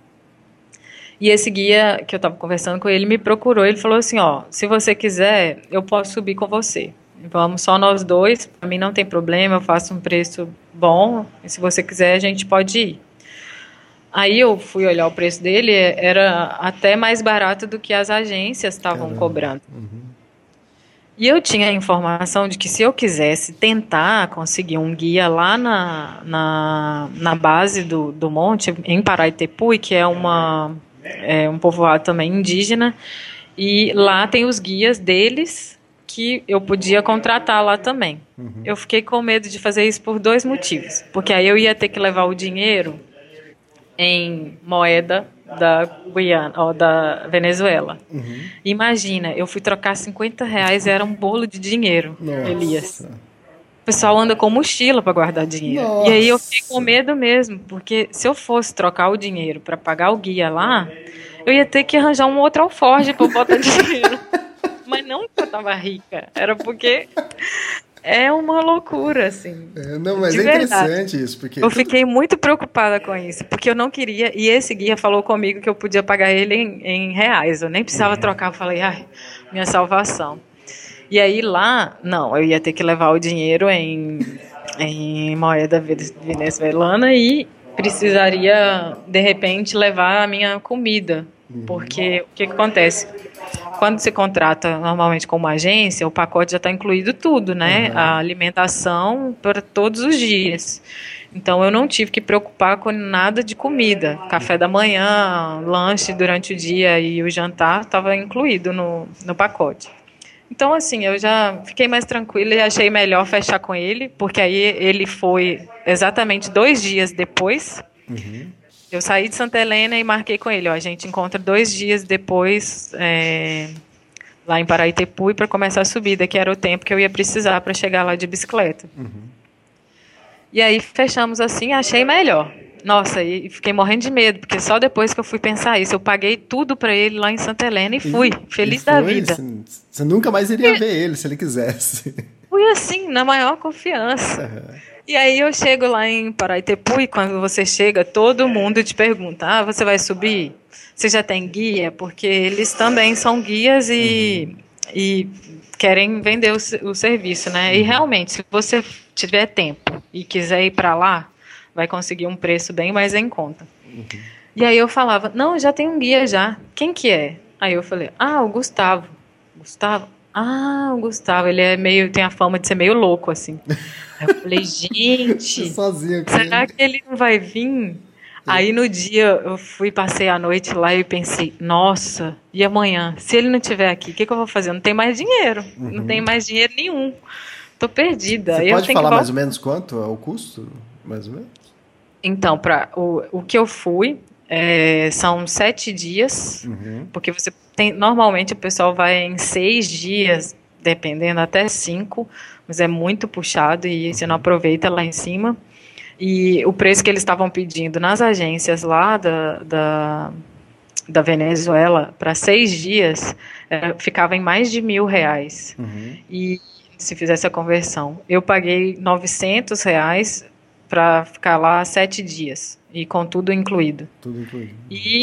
E esse guia que eu estava conversando com ele me procurou. Ele falou assim, ó, se você quiser, eu posso subir com você. Vamos só nós dois. Para mim não tem problema, eu faço um preço bom. E se você quiser, a gente pode ir. Aí eu fui olhar o preço dele, era até mais barato do que as agências estavam cobrando. Uhum. E eu tinha a informação de que se eu quisesse tentar conseguir um guia lá na, na, na base do, do monte, em Paraitepui, que é, uma, é um povoado também indígena, e lá tem os guias deles que eu podia contratar lá também. Uhum. Eu fiquei com medo de fazer isso por dois motivos. Porque aí eu ia ter que levar o dinheiro em moeda da Guiana, ou da Venezuela. Uhum. Imagina, eu fui trocar cinquenta reais e era um bolo de dinheiro, Nossa. Elias. O pessoal anda com mochila para guardar dinheiro. Nossa. E aí eu fiquei com medo mesmo, porque se eu fosse trocar o dinheiro para pagar o guia lá, eu ia ter que arranjar um outro alforje para botar dinheiro. Mas não porque eu estava rica, era porque... É uma loucura, assim. É, não, mas é interessante isso. Porque eu fiquei muito preocupada com isso, porque eu não queria... E esse guia falou comigo que eu podia pagar ele em, em reais. Eu nem precisava uhum. trocar. Eu falei, ai, minha salvação. E aí lá, não, eu ia ter que levar o dinheiro em, em moeda venezuelana e precisaria, de repente, levar a minha comida. Uhum. Porque o que, que acontece? Quando se contrata normalmente com uma agência, o pacote já está incluído tudo, né? Uhum. A alimentação para todos os dias. Então eu não tive que preocupar com nada de comida. Café da manhã, lanche durante o dia e o jantar estava incluído no, no pacote. Então assim, eu já fiquei mais tranquila e achei melhor fechar com ele, porque aí ele foi exatamente dois dias depois. Uhum. Eu saí de Santa Helena e marquei com ele, ó, a gente encontra dois dias depois é, lá em Paraitepui para começar a subida, que era o tempo que eu ia precisar para chegar lá de bicicleta. Uhum. E aí fechamos assim, achei melhor. Nossa, e fiquei morrendo de medo, porque só depois que eu fui pensar isso, eu paguei tudo para ele lá em Santa Helena e fui, e, feliz e foi, da vida. Você nunca mais iria e... ver ele se ele quisesse. Fui assim, na maior confiança. Uhum. E aí eu chego lá em Paraitepui, quando você chega, todo mundo te pergunta, ah, você vai subir? Você já tem guia? Porque eles também são guias e, uhum. e querem vender o, o serviço, né? Uhum. E realmente, se você tiver tempo e quiser ir para lá, vai conseguir um preço bem mais em conta. Uhum. E aí eu falava, não, já tem um guia já. Quem que é? Aí eu falei, ah, o Gustavo. Gustavo? Ah, o Gustavo, ele é meio, tem a fama de ser meio louco, assim. Aí eu falei, gente, sozinho aqui, será que ele não vai vir? Aí no dia eu fui, passei a noite lá e pensei, nossa, e amanhã? Se ele não estiver aqui, o que, que eu vou fazer? Não tem mais dinheiro, uhum. não tem mais dinheiro nenhum. Tô perdida. Você Aí pode eu falar que... mais ou menos quanto é o custo? Mais ou menos? Então, pra, o, o que eu fui é, são sete dias, uhum. porque você tem, normalmente o pessoal vai em seis dias, dependendo, até cinco, mas é muito puxado e você não aproveita lá em cima. E o preço que eles estavam pedindo nas agências lá da, da, da Venezuela para seis dias é, ficava em mais de mil reais. Uhum. E se fizesse a conversão, eu paguei novecentos reais para ficar lá sete dias e com tudo incluído. Tudo incluído. E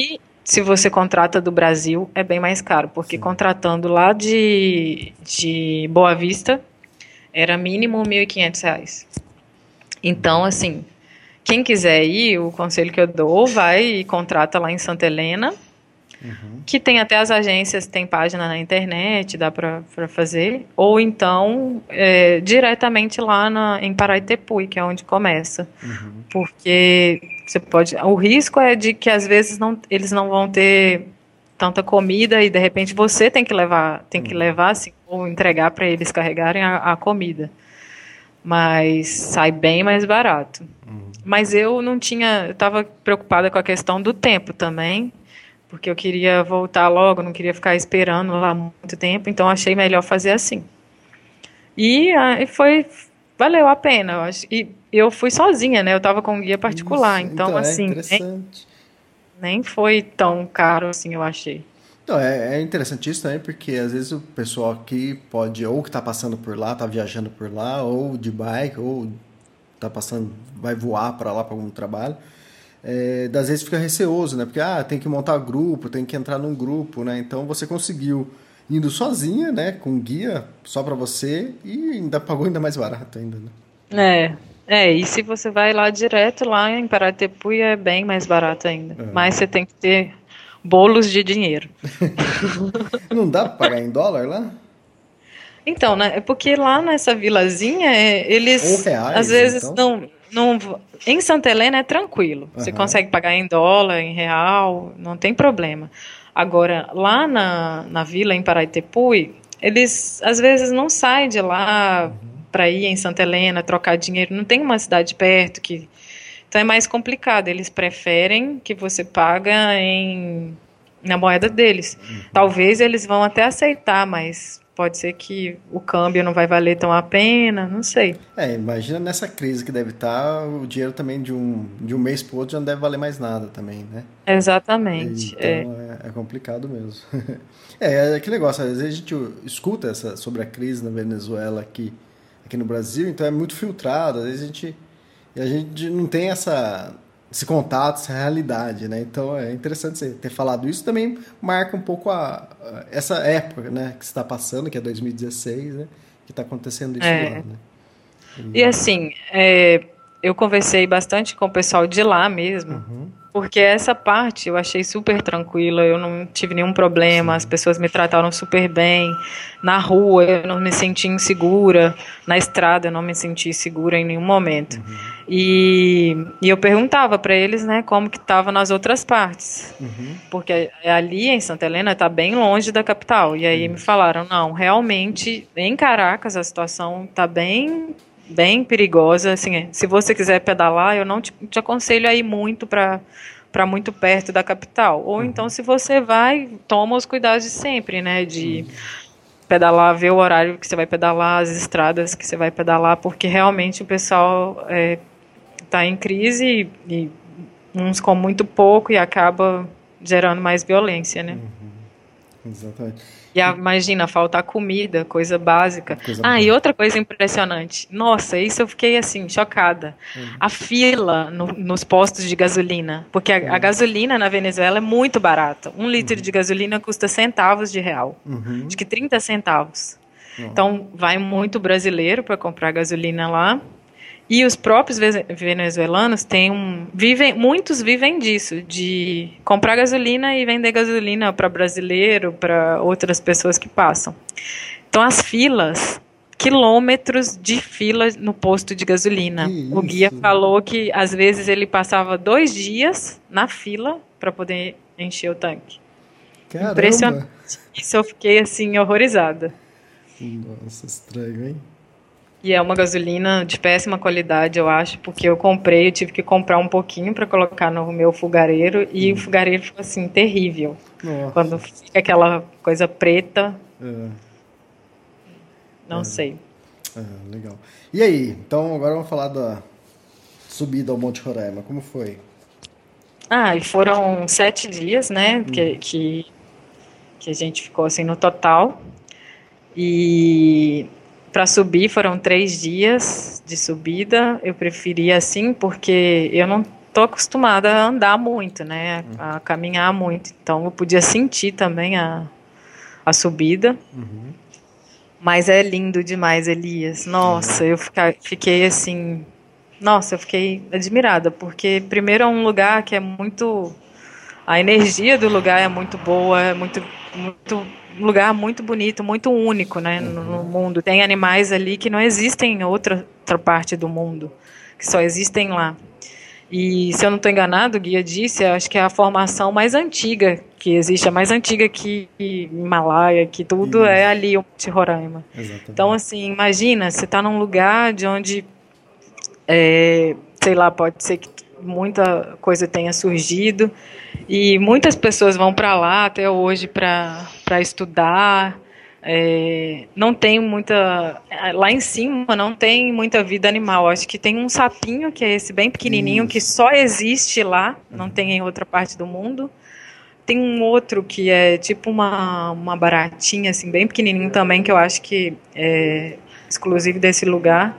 se você contrata do Brasil, é bem mais caro, porque Sim. contratando lá de, de Boa Vista, era mínimo mil e quinhentos reais. Então, assim, quem quiser ir, o conselho que eu dou, vai e contrata lá em Santa Helena, uhum. que tem até as agências, tem página na internet, dá para fazer, ou então é, diretamente lá na, em Paraitepuí, que é onde começa, uhum. porque você pode, o risco é de que às vezes não, eles não vão ter tanta comida e de repente você tem que levar, tem que uhum. levar assim, ou entregar para eles carregarem a, a comida, mas sai bem mais barato. Uhum. Mas eu não tinha, eu estava preocupada com a questão do tempo também, porque eu queria voltar logo, não queria ficar esperando lá muito tempo, então achei melhor fazer assim. E aí foi, valeu a pena, eu acho. E eu fui sozinha, né? Eu estava com um guia particular, Isso, então, então é assim, nem, nem foi tão caro assim, eu achei. Não, é, é interessante isso também, porque às vezes o pessoal aqui pode, ou que está passando por lá, está viajando por lá, ou de bike, ou está passando, vai voar para lá para algum trabalho. É, às vezes fica receoso, né? Porque ah, tem que montar grupo, tem que entrar num grupo, né? Então você conseguiu indo sozinha, né? Com guia só para você e ainda pagou ainda mais barato ainda, né? É, é, e se você vai lá direto lá em Paraitepuí é bem mais barato ainda. É. Mas você tem que ter bolos de dinheiro. Não dá para pagar em dólar lá? Então, né? É porque lá nessa vilazinha eles Ou reais, às vezes então? não Não, em Santa Helena é tranquilo, você uhum. consegue pagar em dólar, em real, não tem problema. Agora, lá na, na vila, em Paraitepuí, eles às vezes não saem de lá uhum. para ir em Santa Helena, trocar dinheiro, não tem uma cidade perto, que, então é mais complicado, eles preferem que você paga em, na moeda deles. Uhum. Talvez eles vão até aceitar, mas pode ser que o câmbio não vai valer tão a pena, não sei. É, imagina nessa crise que deve estar, o dinheiro também de um, de um mês para o outro já não deve valer mais nada também, né? Exatamente. Então é, é, é complicado mesmo. é, é aquele negócio, às vezes a gente escuta essa, sobre a crise na Venezuela aqui, aqui no Brasil, então é muito filtrado, às vezes a gente, a gente não tem essa... esse contato, essa realidade, né? Então é interessante você ter falado isso, também marca um pouco a, a essa época, né, que está passando, que é dois mil e dezesseis, né, que está acontecendo isso é. lá, né? E, e assim, é, eu conversei bastante com o pessoal de lá mesmo, uhum. porque essa parte eu achei super tranquila, eu não tive nenhum problema, Sim. as pessoas me trataram super bem, na rua eu não me senti insegura, na estrada eu não me senti segura em nenhum momento. Uhum. E, e eu perguntava para eles, né, como que estava nas outras partes, uhum. porque ali em Santa Helena está bem longe da capital, e aí uhum. me falaram, não, realmente em Caracas a situação está bem, bem perigosa, assim, se você quiser pedalar, eu não te, te aconselho a ir muito para para muito perto da capital, ou uhum. então se você vai, toma os cuidados de sempre, né, de... Uhum. pedalar, ver o horário que você vai pedalar, as estradas que você vai pedalar, porque realmente o pessoal está é, em crise e, e uns com muito pouco e acaba gerando mais violência, né? Uhum. Exatamente. E a, imagina, faltar comida, coisa básica. Coisa ah, boa. E outra coisa impressionante. Nossa, isso eu fiquei assim, chocada. Uhum. A fila no, nos postos de gasolina. Porque a, uhum. a gasolina na Venezuela é muito barata. Um litro uhum. de gasolina custa centavos de real. Uhum. Acho que trinta centavos. Uhum. Então, vai muito brasileiro para comprar gasolina lá. E os próprios venezuelanos têm um, vivem, muitos vivem disso, de comprar gasolina e vender gasolina para brasileiro, para outras pessoas que passam. Então as filas, quilômetros de filas no posto de gasolina. O guia falou que às vezes ele passava dois dias na fila para poder encher o tanque. Caramba. Impressionante. Isso eu fiquei assim horrorizada. Nossa, estranho, hein? E é uma gasolina de péssima qualidade, eu acho, porque eu comprei, eu tive que comprar um pouquinho para colocar no meu fogareiro, e hum. o fogareiro ficou assim, terrível. Nossa. Quando fica aquela coisa preta, é. não é. sei. É, legal. E aí, então agora vamos falar da subida ao Monte Roraima, como foi? Ah, e foram sete dias, né, hum. que, que, que a gente ficou assim no total, e... Para subir foram três dias de subida, eu preferi assim porque eu não, tô acostumada a andar muito, né? A, a caminhar muito. Então eu podia sentir também a, a subida. Uhum. Mas é lindo demais, Elias. Nossa, uhum. eu fica, fiquei assim... Nossa, eu fiquei admirada, porque primeiro é um lugar que é muito... A energia do lugar é muito boa, é muito, muito, um lugar muito bonito, muito único, né, no, no mundo. Tem animais ali que não existem em outra, outra parte do mundo, que só existem lá. E, se eu não estou enganado, o guia disse, eu acho que é a formação mais antiga que existe, a mais antiga que Himalaia, que tudo Isso. é ali, o Monte Roraima. Exatamente. Então, assim, imagina, você está num lugar de onde, é, sei lá, pode ser que muita coisa tenha surgido, e muitas pessoas vão para lá até hoje para para estudar. É, não tem muita... Lá em cima não tem muita vida animal. Acho que tem um sapinho, que é esse bem pequenininho, Isso. que só existe lá, não tem em outra parte do mundo. Tem um outro que é tipo uma, uma baratinha, assim, bem pequenininho também, que eu acho que é exclusivo desse lugar.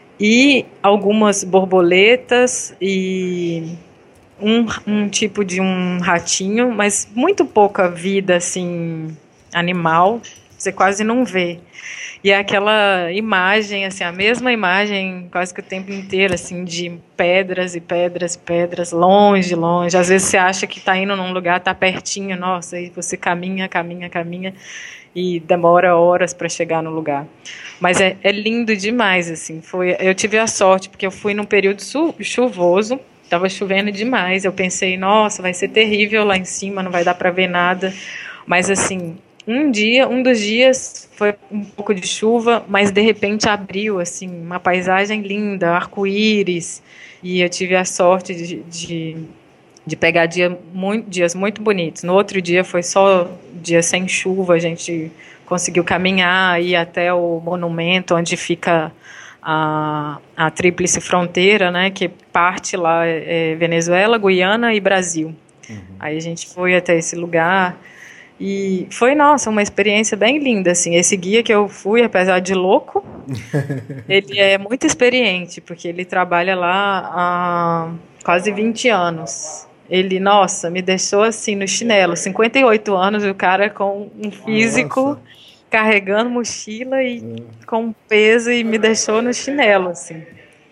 E algumas borboletas e um, um tipo de um ratinho, mas muito pouca vida, assim, animal, você quase não vê. E é aquela imagem, assim, a mesma imagem quase que o tempo inteiro, assim, de pedras e pedras e pedras, longe, longe. Às vezes você acha que está indo num lugar, está pertinho, nossa, e você caminha, caminha, caminha, e demora horas para chegar no lugar. Mas é, é lindo demais, assim. Foi, eu tive a sorte, porque eu fui num período su- chuvoso, estava chovendo demais. Eu pensei, nossa, vai ser terrível lá em cima, não vai dar para ver nada. Mas, assim, um dia, um dos dias foi um pouco de chuva, mas de repente abriu, assim, uma paisagem linda, arco-íris. E eu tive a sorte de, de, de pegar dia, muito, dias muito bonitos. No outro dia foi só dia sem chuva, a gente conseguiu caminhar, ir até o monumento onde fica a, a tríplice fronteira, né, que parte lá é Venezuela, Guiana e Brasil. Uhum. Aí a gente foi até esse lugar e foi, nossa, uma experiência bem linda, assim. Esse guia que eu fui, apesar de louco, ele é muito experiente, porque ele trabalha lá há quase vinte anos. Ele, nossa, me deixou assim no chinelo, cinquenta e oito anos, e o cara com um físico, nossa, carregando mochila e hum. com peso, e me deixou no chinelo, assim.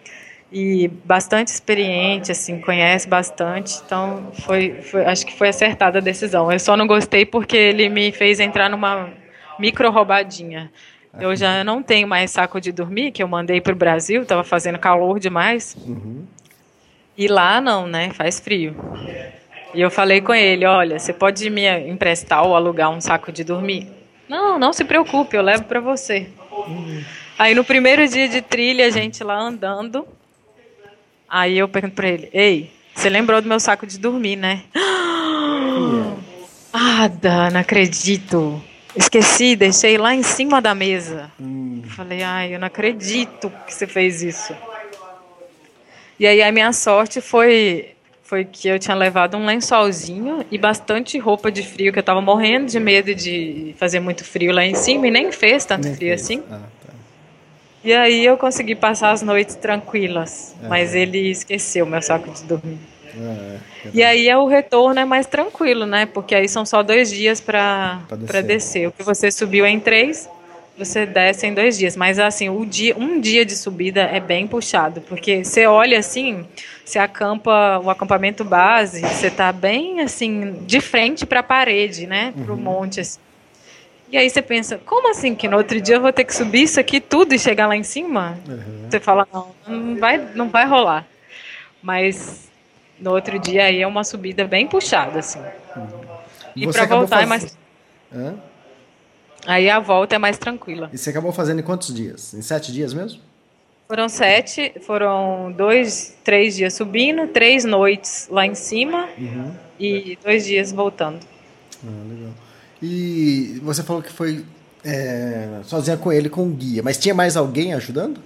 E bastante experiente, assim, conhece bastante, então foi, foi, acho que foi acertada a decisão. Eu só não gostei porque ele me fez entrar numa micro roubadinha. Eu já não tenho mais saco de dormir, que eu mandei para o Brasil, estava fazendo calor demais. Uhum. E lá não, né? Faz frio. E eu falei com ele, olha, você pode me emprestar ou alugar um saco de dormir? Não, não se preocupe, eu levo para você. Uhum. Aí no primeiro dia de trilha, a gente lá andando, aí eu pergunto para ele, ei, você lembrou do meu saco de dormir, né? Uhum. Ah, Dan, não acredito. Esqueci, deixei lá em cima da mesa. Uhum. Falei, ai, eu não acredito que você fez isso. E aí a minha sorte foi, foi que eu tinha levado um lençolzinho e bastante roupa de frio, que eu estava morrendo de medo de fazer muito frio lá em cima, e nem fez tanto nem frio fez. assim. Ah, tá. E aí eu consegui passar as noites tranquilas, ah, mas é. ele esqueceu meu saco de dormir. Ah, é. E aí o retorno é mais tranquilo, né? Porque aí são só dois dias para descer. descer. O que você subiu é em três, você desce em dois dias. Mas assim, o dia, um dia de subida é bem puxado, porque você olha assim, você acampa o acampamento base, você está bem assim, de frente para a parede, né? Para o uhum. monte, assim. E aí você pensa, como assim que no outro dia eu vou ter que subir isso aqui tudo e chegar lá em cima? Uhum. Você fala, não, não vai, não vai rolar. Mas no outro dia aí é uma subida bem puxada, assim. Uhum. E para voltar faz... é mais... Hã? Aí a volta é mais tranquila. E você acabou fazendo em quantos dias? Em sete dias mesmo? Foram sete, foram dois, três dias subindo, três noites lá em cima uhum. e dois dias voltando. Ah, legal. E você falou que foi é, sozinha com ele, com o guia, mas tinha mais alguém ajudando?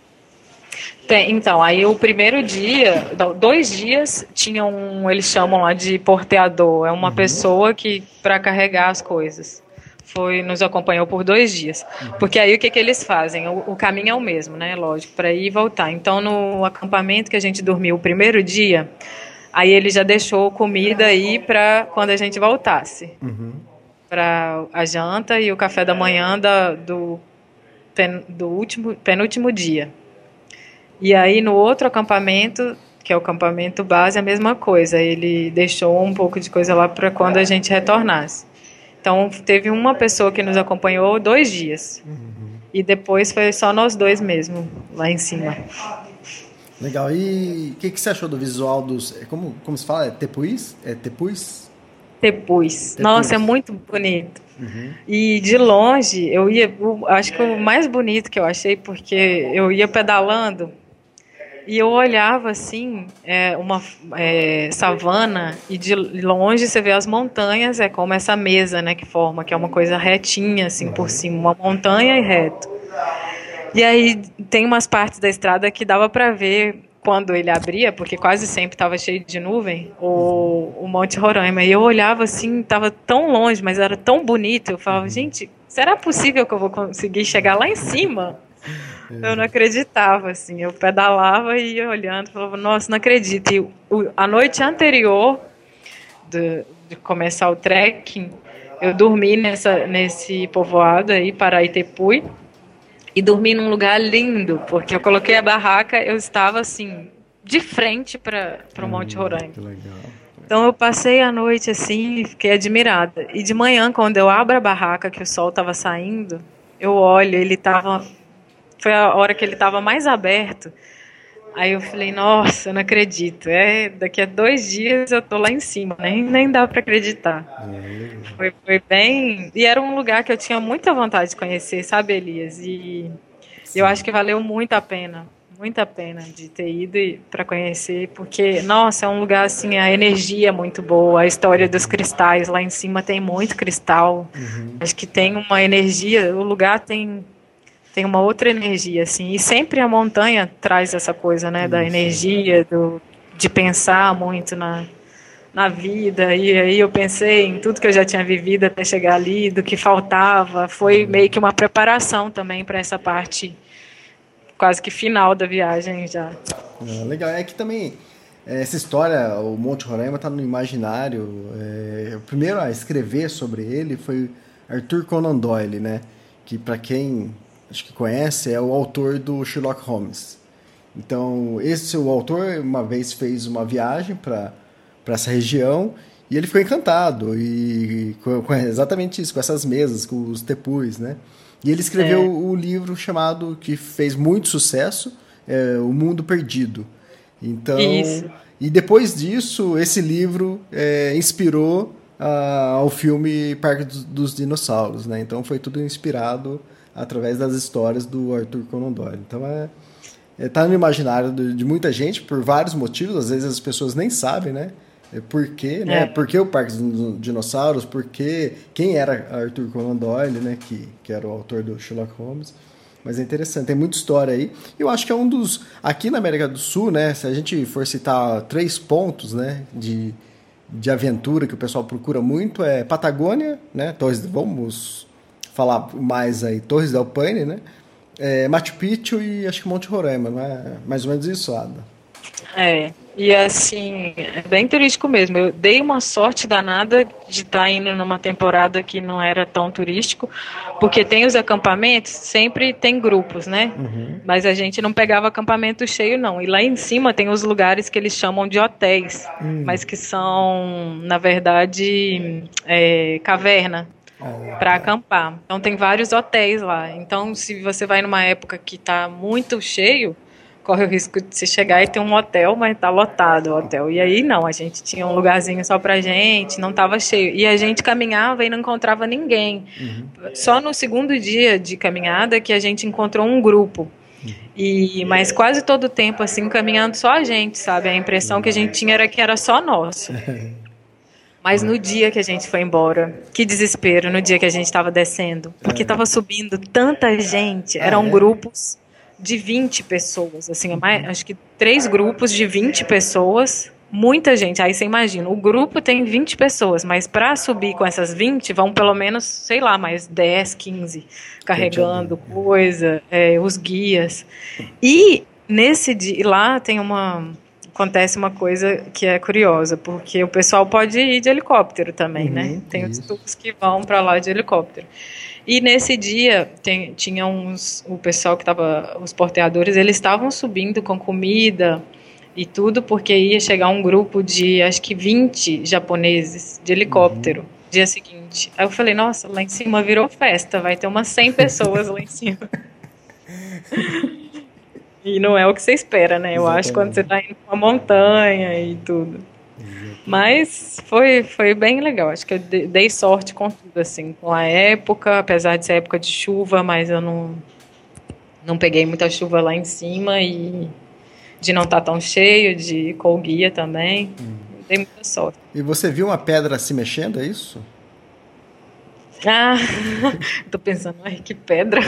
Tem, então, aí o primeiro dia, dois dias, tinha um, eles chamam lá de porteador, é uma uhum. pessoa que para carregar as coisas. foi, nos acompanhou por dois dias. Porque aí o que, que eles fazem? O, o caminho é o mesmo, né? Lógico, para ir e voltar. Então, no acampamento que a gente dormiu o primeiro dia, aí ele já deixou comida aí para quando a gente voltasse. Uhum. Para a janta e o café da manhã da, do, pen, do último, penúltimo dia. E aí, no outro acampamento, que é o acampamento base, a mesma coisa. Ele deixou um pouco de coisa lá para quando a gente retornasse. Então, teve uma pessoa que nos acompanhou dois dias. Uhum. E depois foi só nós dois mesmo, lá em cima. Legal. E o que, que você achou do visual dos... Como, como se fala? É tepuis? É tepus? Tepus. Nossa, é muito bonito. Uhum. E de longe, eu ia... Eu acho que o mais bonito que eu achei, porque eu ia pedalando... E eu olhava assim, é, uma é, savana, e de longe você vê as montanhas, é como essa mesa, né, que forma, que é uma coisa retinha, assim, por cima, uma montanha e reto. E aí tem umas partes da estrada que dava para ver quando ele abria, porque quase sempre estava cheio de nuvem, o, o Monte Roraima. E eu olhava assim, estava tão longe, mas era tão bonito. Eu falava, gente, será possível que eu vou conseguir chegar lá em cima? Eu não acreditava, assim, eu pedalava e ia olhando, falava, nossa, não acredito. E o, a noite anterior de, de começar o trekking, eu dormi nessa, nesse povoado aí, Paraitepui, e dormi num lugar lindo, porque eu coloquei a barraca, eu estava, assim, de frente para o Monte Roraima. Que legal. Então eu passei a noite, assim, e fiquei admirada. E de manhã, quando eu abro a barraca, que o sol estava saindo, eu olho, ele estava... Foi a hora que ele estava mais aberto. Aí eu falei, nossa, eu não acredito. É, daqui a dois dias eu tô lá em cima. Nem, nem dá para acreditar. Uhum. Foi, foi bem... E era um lugar que eu tinha muita vontade de conhecer, sabe, Elias? E Sim. eu acho que valeu muito a pena. Muita pena de ter ido para conhecer. Porque, nossa, é um lugar assim, a energia é muito boa. A história dos cristais. Lá em cima tem muito cristal. Uhum. Acho que tem uma energia... O lugar tem... Tem uma outra energia, assim, e sempre a montanha traz essa coisa, né, da energia, do, de pensar muito na, na vida, e aí eu pensei em tudo que eu já tinha vivido até chegar ali, do que faltava, foi meio que uma preparação também para essa parte quase que final da viagem já. Ah, legal, é que também essa história, o Monte Roraima está no imaginário, é, o primeiro a escrever sobre ele foi Arthur Conan Doyle, né, que para quem... acho que conhece, é o autor do Sherlock Holmes. Então, esse o autor uma vez fez uma viagem para essa região e ele ficou encantado e com, com exatamente isso, com essas mesas, com os tepus, né? E ele escreveu é. o livro chamado, que fez muito sucesso, é, O Mundo Perdido. Então, isso. E depois disso, esse livro é, inspirou uh, ao filme Parque dos, dos Dinossauros, né? Então, foi tudo inspirado através das histórias do Arthur Conan Doyle. Então, é, é, tá no imaginário de, de muita gente, por vários motivos, às vezes as pessoas nem sabem, né? É por quê, né? É. Por que o Parque dos Dinossauros? Por que, quem era Arthur Conan Doyle, né? Que, que era o autor do Sherlock Holmes. Mas é interessante, tem muita história aí. Eu acho que é um dos... Aqui na América do Sul, né? Se a gente for citar três pontos, né? De, de aventura que o pessoal procura muito, é Patagônia, né? Torres, vamos... falar mais aí, Torres del Paine, né? É, Machu Picchu e acho que Monte Roraima, não é mais ou menos isso, Ada? É, e assim, é bem turístico mesmo. Eu dei uma sorte danada de estar indo numa temporada que não era tão turístico, porque tem os acampamentos, sempre tem grupos, né? Uhum. Mas a gente não pegava acampamento cheio, não. E lá em cima tem os lugares que eles chamam de hotéis, uhum. mas que são, na verdade, é, caverna. Para acampar. Então tem vários hotéis lá. Então se você vai numa época que está muito cheio, corre o risco de você chegar e ter um hotel, mas está lotado o hotel. E aí não, a gente tinha um lugarzinho só pra gente, não estava cheio. E a gente caminhava e não encontrava ninguém. Uhum. Só no segundo dia de caminhada que a gente encontrou um grupo. E, mas quase todo o tempo assim, caminhando só a gente, sabe? A impressão que a gente tinha era que era só nosso. Mas no dia que a gente foi embora, que desespero no dia que a gente estava descendo, porque estava subindo tanta gente, eram ah, é? grupos de vinte pessoas, assim, mais, acho que três grupos de vinte pessoas muita gente. Aí você imagina, o grupo tem vinte pessoas, mas para subir com essas vinte, vão pelo menos, sei lá, mais dez, quinze, carregando coisa, é, os guias. E nesse dia, lá tem uma... acontece uma coisa que é curiosa, porque o pessoal pode ir de helicóptero também, uhum, né? Tem isso. Os tours que vão para lá de helicóptero. E nesse dia, tem, tinha uns, o pessoal que estava, os porteadores, eles estavam subindo com comida e tudo, porque ia chegar um grupo de, acho que vinte japoneses de helicóptero, uhum, dia seguinte. Aí eu falei, nossa, lá em cima virou festa, vai ter umas cem pessoas lá em cima. E não é o que você espera, né? Eu Exatamente. Acho, quando você está indo pra uma montanha e tudo. Exatamente. Mas foi, foi bem legal. Acho que eu dei sorte com tudo, assim. Com a época, apesar de ser época de chuva, mas eu não, não peguei muita chuva lá em cima e de não estar tão cheio, de ir com o guia também. Hum. Dei muita sorte. E você viu uma pedra se mexendo, é isso? Ah, tô pensando, ai, que pedra.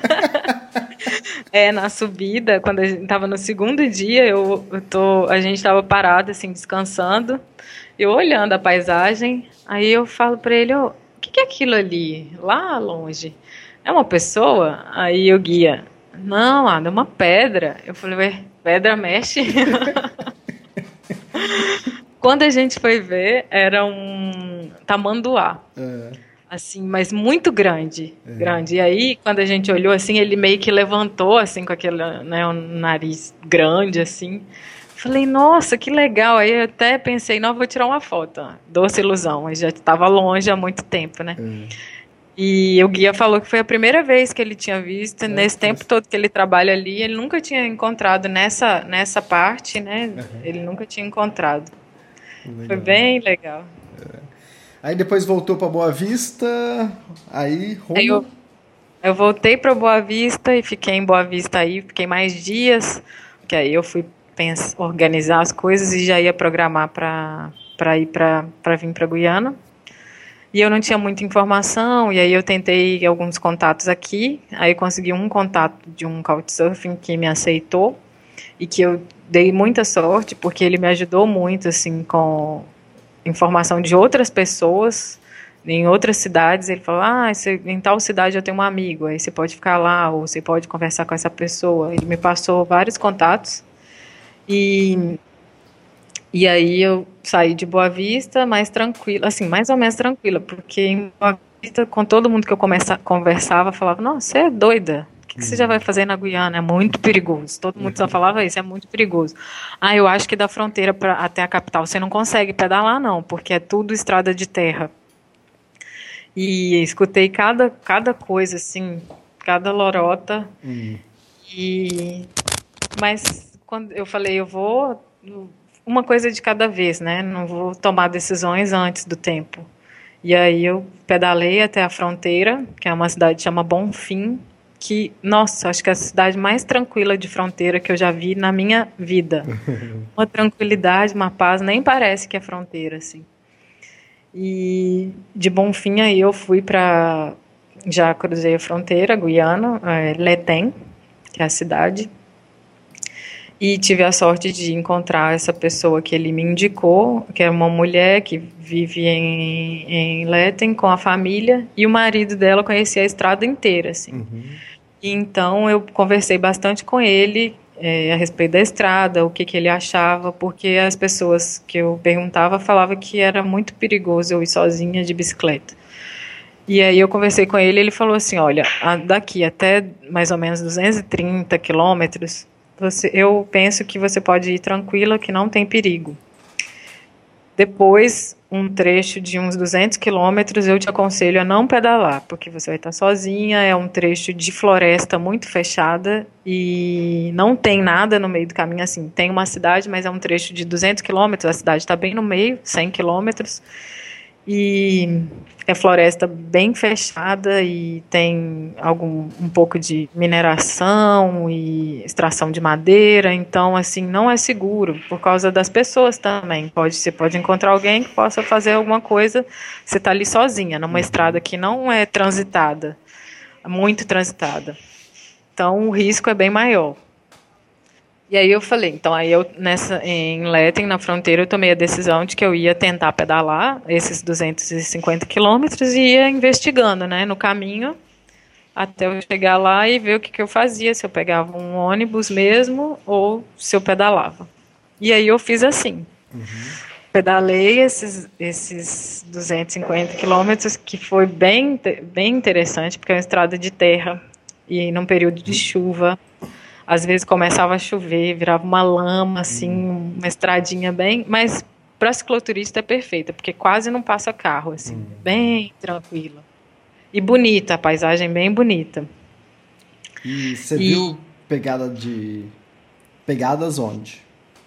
É, na subida, quando a gente estava no segundo dia, eu, eu tô, a gente estava parado, assim, descansando, eu olhando a paisagem, aí eu falo para ele, oh, o que, que é aquilo ali, lá longe? É uma pessoa? Aí o guia, não, Ada, é uma pedra. Eu falei, ué, pedra mexe? Quando a gente foi ver, era um tamanduá. É. Assim, mas muito grande, é. grande. E aí, quando a gente olhou, assim, ele meio que levantou, assim, com aquele, né, um nariz grande, assim. Falei, nossa, que legal. Aí eu até pensei, não, vou tirar uma foto. Doce ilusão, mas já estava longe há muito tempo, né? É. E o guia falou que foi a primeira vez que ele tinha visto, é, nesse tempo todo que ele trabalha ali, ele nunca tinha encontrado nessa, nessa parte, né? Uhum. Ele nunca tinha encontrado. Legal. Foi bem legal. É. Aí depois voltou para Boa Vista, aí... aí eu, eu voltei para Boa Vista e fiquei em Boa Vista aí, fiquei mais dias, porque aí eu fui pensar, organizar as coisas e já ia programar para ir para vir para Guiana. E eu não tinha muita informação, e aí eu tentei alguns contatos aqui, aí consegui um contato de um Couchsurfing que me aceitou, e que eu dei muita sorte, porque ele me ajudou muito, assim, com... informação de outras pessoas em outras cidades. Ele falou, ah, você, em tal cidade eu tenho um amigo, aí você pode ficar lá, ou você pode conversar com essa pessoa. Ele me passou vários contatos e, e aí eu saí de Boa Vista mais tranquila, assim, mais ou menos tranquila, porque em Boa Vista, com todo mundo que eu começa, conversava, falava, nossa, você é doida, o que, que você já vai fazer na Guiana? É muito perigoso. Todo mundo só falava isso, é muito perigoso. Ah, eu acho que da fronteira pra, até a capital você não consegue pedalar, não, porque é tudo estrada de terra. E escutei cada, cada coisa, assim, cada lorota. Uhum. E, mas quando eu falei, eu vou... uma coisa de cada vez, né? Não vou tomar decisões antes do tempo. E aí eu pedalei até a fronteira, que é uma cidade que chama Bonfim, que, nossa, acho que é a cidade mais tranquila de fronteira que eu já vi na minha vida. Uma tranquilidade, uma paz, nem parece que é fronteira, assim. E de Bonfim aí eu fui para, já cruzei a fronteira, Guiana, é, Letém, que é a cidade, e tive a sorte de encontrar essa pessoa que ele me indicou, que é uma mulher que vive em, em Letém com a família, e o marido dela conhecia a estrada inteira, assim. Uhum. Então eu conversei bastante com ele é, a respeito da estrada, o que, que ele achava, porque as pessoas que eu perguntava falavam que era muito perigoso eu ir sozinha de bicicleta. E aí eu conversei com ele e ele falou assim, olha, daqui até mais ou menos duzentos e trinta quilômetros, você, eu penso que você pode ir tranquila, que não tem perigo. Depois, um trecho de uns duzentos quilômetros, eu te aconselho a não pedalar, porque você vai estar sozinha, é um trecho de floresta muito fechada e não tem nada no meio do caminho, assim, tem uma cidade, mas é um trecho de duzentos quilômetros, a cidade está bem no meio, cem quilômetros, e é floresta bem fechada e tem algum, um pouco de mineração e extração de madeira, então assim, não é seguro por causa das pessoas também. Pode, você pode encontrar alguém que possa fazer alguma coisa, você está ali sozinha, numa estrada que não é transitada, muito transitada. Então o risco é bem maior. E aí eu falei, então aí eu, nessa, em Lethem, na fronteira, eu tomei a decisão de que eu ia tentar pedalar esses duzentos e cinquenta quilômetros e ia investigando, né, no caminho, até eu chegar lá e ver o que, que eu fazia, se eu pegava um ônibus mesmo ou se eu pedalava. E aí eu fiz assim, uhum. pedalei esses, esses duzentos e cinquenta quilômetros, que foi bem, bem interessante, porque é uma estrada de terra, e num período de chuva, às vezes começava a chover, virava uma lama, assim, uma estradinha bem... Mas para cicloturista é perfeita, porque quase não passa carro, assim, hum. bem tranquila. E bonita, a paisagem bem bonita. E você e... viu pegada de... Pegadas onde?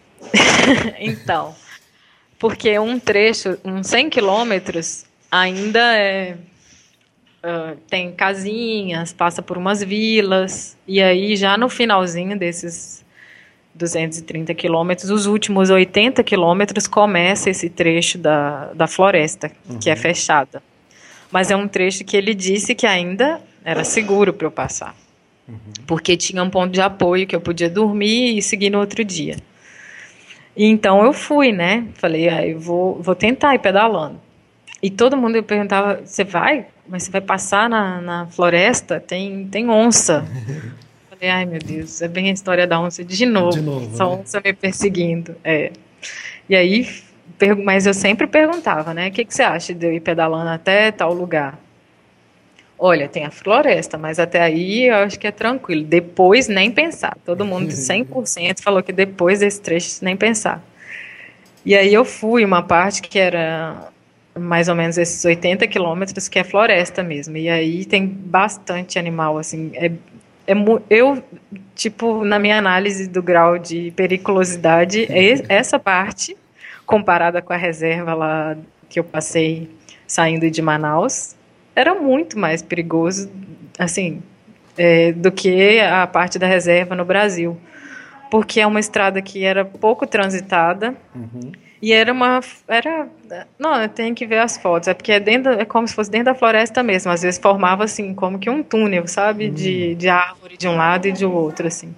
Então, porque um trecho, uns cem quilômetros, ainda é... Uh, tem casinhas, passa por umas vilas, e aí já no finalzinho desses duzentos e trinta quilômetros, os últimos oitenta quilômetros, começa esse trecho da, da floresta, uhum. que é fechada. Mas é um trecho que ele disse que ainda era seguro para eu passar, uhum. porque tinha um ponto de apoio que eu podia dormir e seguir no outro dia. E então eu fui, né? Falei, ah, eu vou, vou tentar ir pedalando. E todo mundo perguntava, você vai? Mas você vai passar na, na floresta? Tem, tem onça. Falei, ai meu Deus, é bem a história da onça de novo. De novo, Essa né? onça me perseguindo. É. E aí, mas eu sempre perguntava, né? O que, que você acha de eu ir pedalando até tal lugar? Olha, tem a floresta, mas até aí eu acho que é tranquilo. Depois, nem pensar. Todo mundo, cem por cento, falou que depois desse trecho, nem pensar. E aí eu fui uma parte que era... mais ou menos esses oitenta quilômetros, que é floresta mesmo, e aí tem bastante animal, assim, é, é, eu, tipo, na minha análise do grau de periculosidade, é essa parte, comparada com a reserva lá que eu passei saindo de Manaus, era muito mais perigoso, assim, é, do que a parte da reserva no Brasil, porque é uma estrada que era pouco transitada, uhum. E era uma... Era, não, eu tenho que ver as fotos. É porque é, dentro, é como se fosse dentro da floresta mesmo. Às vezes formava, assim, como que um túnel, sabe? Hum. De, de árvore de um lado e de outro, assim.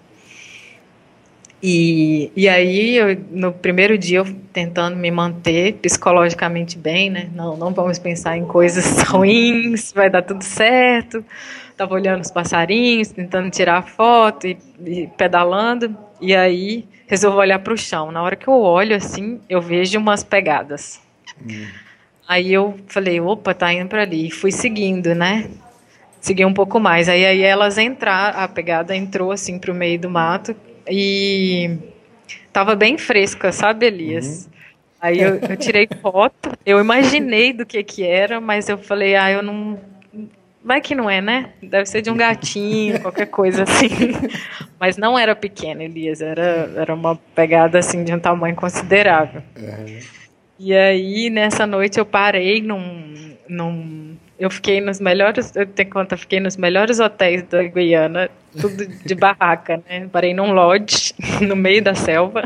E, e aí, eu, no primeiro dia, eu tentando me manter psicologicamente bem, né? Não, não vamos pensar em coisas ruins, vai dar tudo certo. Estava olhando os passarinhos, tentando tirar foto e, e pedalando. E aí... resolvo olhar para o chão. Na hora que eu olho, assim, eu vejo umas pegadas. Hum. Aí eu falei, opa, tá indo para ali. E fui seguindo, né? Segui um pouco mais. Aí, aí elas entraram, a pegada entrou, assim, pro meio do mato. E tava bem fresca, sabe, Elias? Uhum. Aí eu, eu tirei foto. Eu imaginei do que que era, mas eu falei, ah, eu não... vai que não é, né? Deve ser de um gatinho, qualquer coisa assim. Mas não era pequena, Elias. Era, era uma pegada, assim, de um tamanho considerável. Uhum. E aí, nessa noite, eu parei num... num eu fiquei nos melhores... Eu tenho conta, fiquei nos melhores hotéis da Guiana, tudo de barraca, né? Parei num lodge, no meio da selva.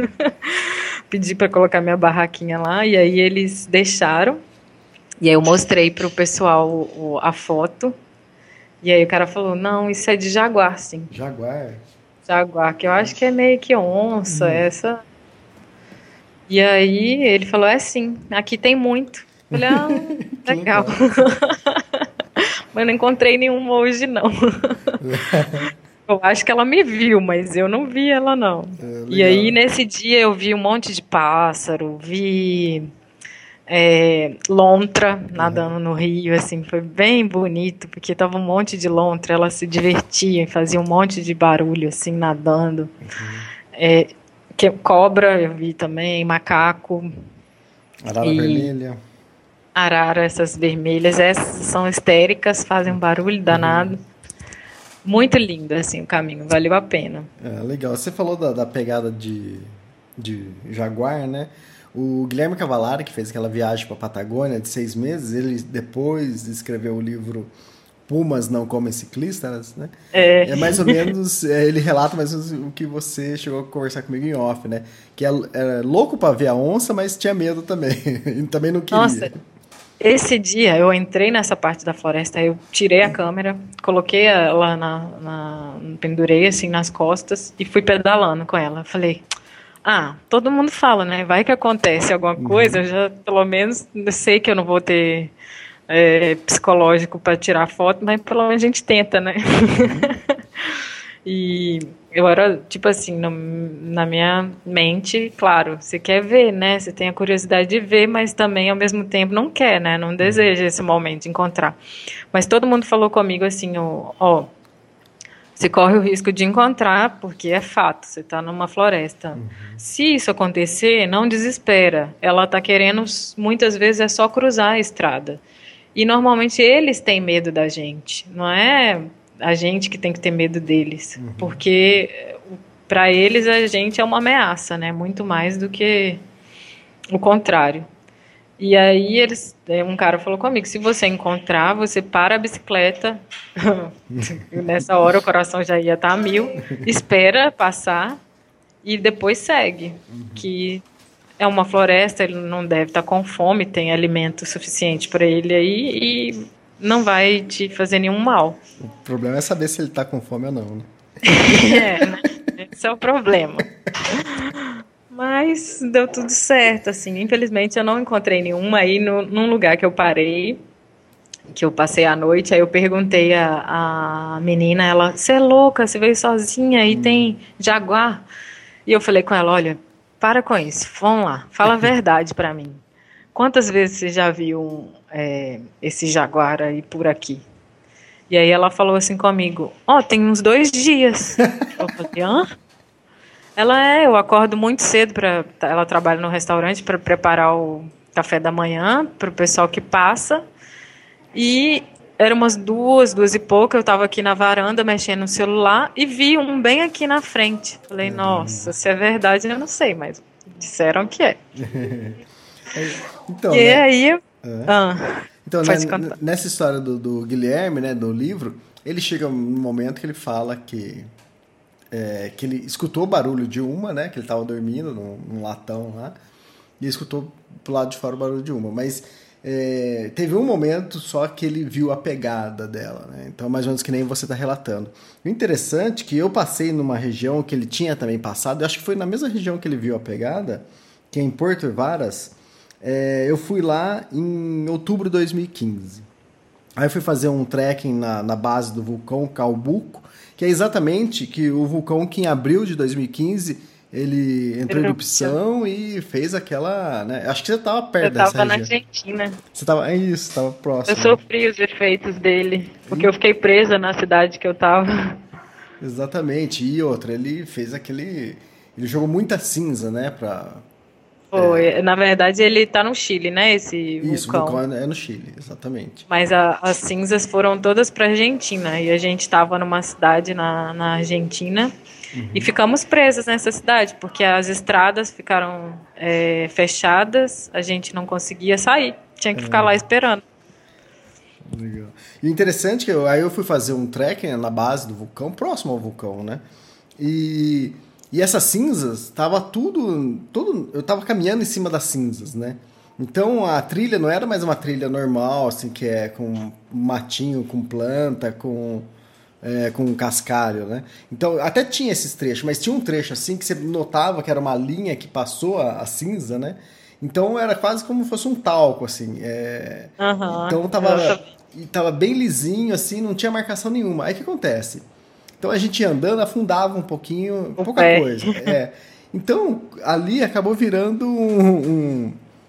Pedi para colocar minha barraquinha lá, e aí eles deixaram. E aí eu mostrei pro pessoal a foto, e aí o cara falou, não, isso é de jaguar, sim. Jaguar? Jaguar, que eu acho que é meio que onça, hum. essa... E aí ele falou, é sim, aqui tem muito. Eu falei, ah, legal. Mas eu não encontrei nenhuma hoje, não. Eu acho que ela me viu, mas eu não vi ela, não. É, e aí, nesse dia, eu vi um monte de pássaro, vi... É, lontra nadando uhum. no rio, assim, foi bem bonito, porque tava um monte de lontra, ela se divertia e fazia um monte de barulho, assim, nadando. Uhum. É, que, cobra eu vi também, macaco. Arara vermelha. Arara, essas vermelhas, essas são histéricas, fazem um barulho danado. Uhum. Muito lindo, assim, o caminho, valeu a pena. É, legal, você falou da, da pegada de, de jaguar, né? O Guilherme Cavalari, que fez aquela viagem para a Patagônia de seis meses, ele depois escreveu o livro Pumas Não Comem Ciclistas, né? É. É mais ou menos, é, ele relata mais ou menos o que você chegou a conversar comigo em off, né? Que é, é louco para ver a onça, mas tinha medo também. E também não queria. Nossa, esse dia eu entrei nessa parte da floresta, eu tirei a câmera, coloquei ela na, na pendurei assim nas costas e fui pedalando com ela. Falei, ah, todo mundo fala, né? Vai que acontece alguma coisa, eu já pelo menos sei que eu não vou ter é, psicológico para tirar foto, mas pelo menos a gente tenta, né? E eu era, tipo assim, no, na minha mente, claro, você quer ver, né? Você tem a curiosidade de ver, mas também, ao mesmo tempo, não quer, né? Não deseja esse momento de encontrar. Mas todo mundo falou comigo assim, ó, ó, você corre o risco de encontrar, porque é fato, você está numa floresta. Uhum. Se isso acontecer, não desespera. Ela está querendo, muitas vezes, é só cruzar a estrada. E, normalmente, eles têm medo da gente, não é a gente que tem que ter medo deles, uhum. porque para eles a gente é uma ameaça, né? Muito mais do que o contrário. E aí eles, um cara falou comigo, se você encontrar, você para a bicicleta, nessa hora o coração já ia estar a mil, espera passar e depois segue, uhum. que é uma floresta, ele não deve estar com fome, tem alimento suficiente para ele aí e não vai te fazer nenhum mal. O problema é saber se ele tá com fome ou não, né? É, né? Esse é o problema. Mas deu tudo certo, assim. Infelizmente eu não encontrei nenhuma aí no, num lugar que eu parei, que eu passei a noite, aí eu perguntei a, a menina, ela, você é louca, você veio sozinha e hum. tem jaguar? E eu falei com ela, olha, para com isso, vamos lá, fala a verdade pra mim. Quantas vezes você já viu é, esse jaguar aí por aqui? E aí ela falou assim comigo, ó, oh, tem uns dois dias. Eu falei, hã? Ela é, eu acordo muito cedo, pra, ela trabalha no restaurante para preparar o café da manhã para o pessoal que passa. E eram umas duas, duas e pouca, eu estava aqui na varanda mexendo no celular e vi um bem aqui na frente. Falei, nossa, se é verdade eu não sei, mas disseram que é. Então, e né? aí, é. ah, então né, nessa história do, do Guilherme, né, do livro, ele chega num momento que ele fala que, é, que ele escutou o barulho de uma, né, que ele estava dormindo num, num latão lá, e escutou pro lado de fora o barulho de uma, mas é, teve um momento só que ele viu a pegada dela, né, então mais ou menos que nem você está relatando. O interessante é que eu passei numa região que ele tinha também passado, eu acho que foi na mesma região que ele viu a pegada, que é em Porto Varas. É, eu fui lá em outubro de dois mil e quinze. Aí eu fui fazer um trekking na, na base do vulcão Calbuco, que é exatamente que o vulcão que em abril de dois mil e quinze ele entrou em erupção e fez aquela, né? Acho que você estava perto dessa região. Eu estava na Argentina. Você estava, é isso, estava próximo. Eu sofri os efeitos dele, porque eu fiquei presa na cidade que eu estava. Exatamente. E outra, ele fez aquele, ele jogou muita cinza, né, para Foi, é. Na verdade ele tá no Chile, né, esse Isso, vulcão. o vulcão é no Chile, exatamente. Mas a, as cinzas foram todas pra Argentina, e a gente tava numa cidade na, na Argentina, uhum. e ficamos presos nessa cidade, porque as estradas ficaram é, fechadas, a gente não conseguia sair, tinha que é. ficar lá esperando. Legal. E interessante que eu, aí eu fui fazer um trekking na base do vulcão, próximo ao vulcão, né, e... E essas cinzas, tava tudo, tudo... Eu tava caminhando em cima das cinzas, né? Então a trilha não era mais uma trilha normal, assim, que é com matinho, com planta, com, é, com cascalho, né? Então até tinha esses trechos, mas tinha um trecho assim que você notava que era uma linha que passou a, a cinza, né? Então era quase como se fosse um talco, assim. É... Uhum. Então tava, tava bem lisinho, assim, não tinha marcação nenhuma. Aí o que acontece? Então a gente ia andando, afundava um pouquinho, o pouca pé. coisa. É. Então ali acabou virando um... um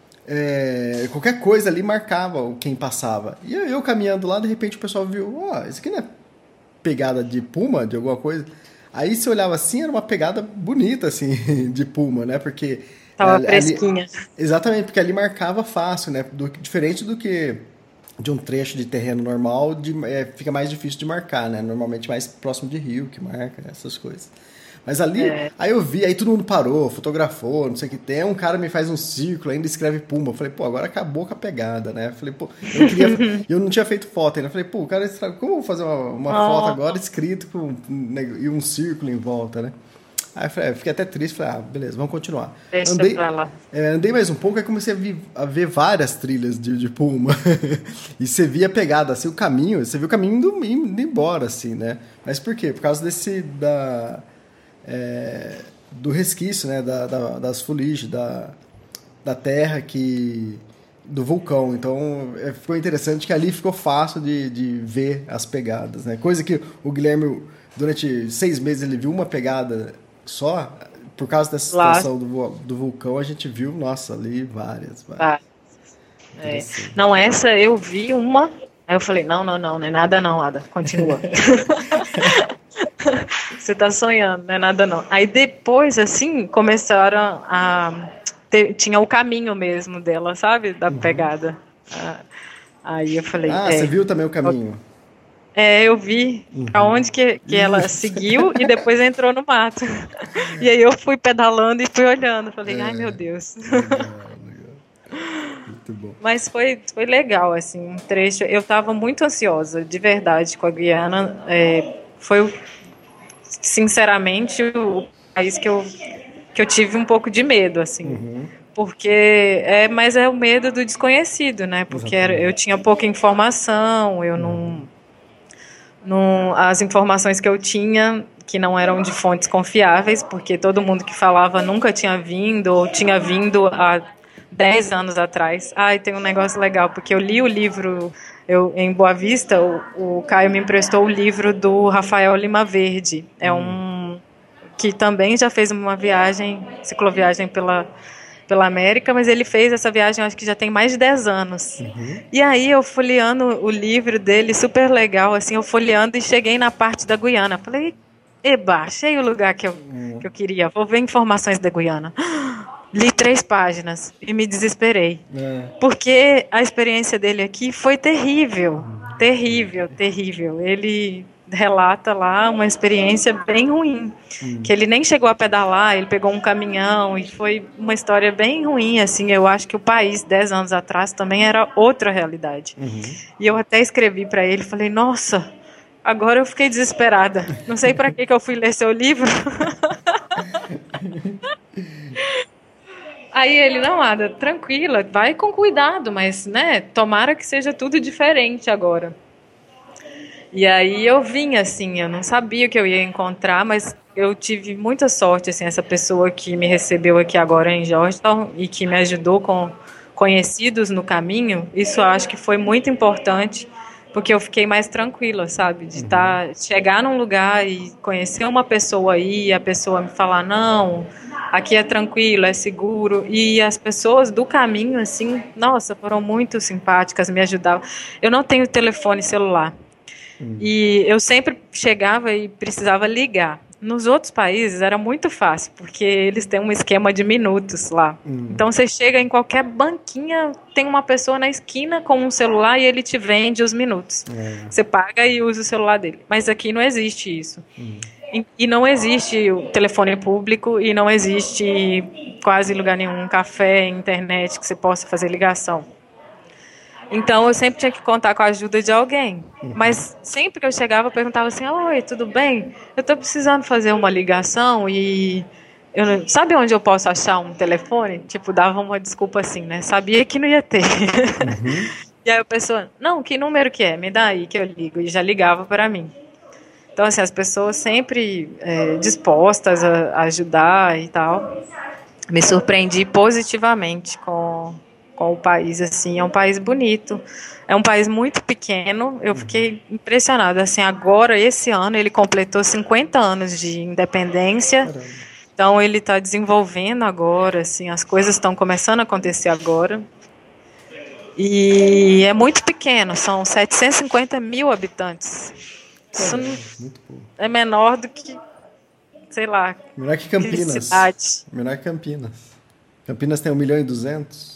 é, qualquer coisa ali marcava quem passava. E eu, eu caminhando lá, de repente o pessoal viu, ó, oh, isso aqui não é pegada de puma, de alguma coisa? Aí você olhava assim, era uma pegada bonita, assim, de puma, né? Porque... Tava ali, fresquinha. Exatamente, porque ali marcava fácil, né? Do, diferente do que... de um trecho de terreno normal, de, é, fica mais difícil de marcar, né? Normalmente mais próximo de rio que marca, essas coisas. Mas ali, é. aí eu vi, aí todo mundo parou, fotografou, não sei o que tem. Um cara me faz um círculo, ainda escreve puma. Eu falei, pô, agora acabou com a pegada, né? Eu falei, pô, eu queria... eu não tinha feito foto ainda. Eu falei, pô, o cara, como eu vou fazer uma, uma oh. foto agora escrito com, né, e um círculo em volta, né? Aí eu falei, é, fiquei até triste, falei, ah, beleza, vamos continuar. Deixa andei, pra lá. é, andei mais um pouco, aí comecei a, vi, a ver várias trilhas de, de Puma. E você via a pegada, assim, o caminho, você viu o caminho indo, indo embora, assim, né? Mas por quê? Por causa desse, da, é, do resquício, né, da, da, das fuligens, da, da terra que... do vulcão, então é, ficou interessante que ali ficou fácil de, de ver as pegadas, né? Coisa que o Guilherme, durante seis meses, ele viu uma pegada só, por causa dessa situação do, do vulcão, a gente viu, nossa, ali várias. várias. Ah, é. Não, essa eu vi uma, aí eu falei, não, não, não, não é nada não, Ada, continua. Você tá sonhando, não é nada não. Aí depois, assim, começaram a... tinha o caminho mesmo dela, sabe? Da uhum. pegada. Ah, aí eu falei... Ah, é, você viu também o caminho? É, eu vi uhum. aonde que, que ela seguiu e depois entrou no mato. E aí eu fui pedalando e fui olhando. Falei, é. ai meu Deus. Legal, legal. Muito bom. Mas foi, foi legal, assim, um trecho. Eu estava muito ansiosa, de verdade, com a Guiana. É, foi, sinceramente, o país que eu... que eu tive um pouco de medo, assim, uhum. porque, é, mas é o medo do desconhecido, né, porque era, eu tinha pouca informação, eu não, não, as informações que eu tinha, que não eram de fontes confiáveis, porque todo mundo que falava nunca tinha vindo, ou tinha vindo há dez anos atrás. Ah, e tem um negócio legal, porque eu li o livro, eu, em Boa Vista, o, o Caio me emprestou o livro do Rafael Lima Verde, é um... que também já fez uma viagem, cicloviagem pela, pela América, mas ele fez essa viagem, acho que já tem mais de dez anos. Uhum. E aí eu folheando o livro dele, super legal, assim, eu folheando e cheguei na parte da Guiana. Falei, eba, achei o lugar que eu, uhum. que eu queria, vou ver informações da Guiana. Li três páginas e me desesperei. É. Porque a experiência dele aqui foi terrível, terrível, terrível. Ele... relata lá uma experiência bem ruim, hum. que ele nem chegou a pedalar, ele pegou um caminhão e foi uma história bem ruim, assim, eu acho que o país, dez anos atrás, também era outra realidade. Uhum. E eu até escrevi para ele, falei, nossa, agora eu fiquei desesperada, não sei para que que eu fui ler seu livro. Aí ele, não, Ada, tranquila, vai com cuidado, mas, né, tomara que seja tudo diferente agora. E aí eu vim, assim, eu não sabia o que eu ia encontrar, mas eu tive muita sorte, assim, essa pessoa que me recebeu aqui agora em Georgetown e que me ajudou com conhecidos no caminho, isso eu acho que foi muito importante, porque eu fiquei mais tranquila, sabe, de tá, chegar num lugar e conhecer uma pessoa aí, e a pessoa me falar, não, aqui é tranquilo, é seguro, e as pessoas do caminho, assim, nossa, foram muito simpáticas, me ajudavam. Eu não tenho telefone celular, Hum. e eu sempre chegava e precisava ligar. Nos outros países era muito fácil, porque eles têm um esquema de minutos lá. Hum. Então você chega em qualquer banquinha, tem uma pessoa na esquina com um celular e ele te vende os minutos. É. Você paga e usa o celular dele. Mas aqui não existe isso. Hum. E, e não existe o telefone público e não existe quase lugar nenhum, café, internet que você possa fazer ligação. Então eu sempre tinha que contar com a ajuda de alguém. Uhum. Mas sempre que eu chegava eu perguntava assim, oi, tudo bem? Eu estou precisando fazer uma ligação e... Eu não... sabe onde eu posso achar um telefone? Tipo, dava uma desculpa assim, né? Sabia que não ia ter. Uhum. E aí a pessoa, não, que número que é? Me dá aí que eu ligo. E já ligava para mim. Então assim, as pessoas sempre é, dispostas a, a ajudar e tal. Me surpreendi positivamente com... com o país, assim, é um país bonito, é um país muito pequeno, eu fiquei impressionada, assim, agora, esse ano, ele completou cinquenta anos de independência, Caramba. Então ele está desenvolvendo agora, assim, as coisas estão começando a acontecer agora, e é muito pequeno, são setecentos e cinquenta mil habitantes, isso é, é menor do que, sei lá, menor que Campinas, que cidade. Menor que Campinas, Campinas tem um milhão e duzentos,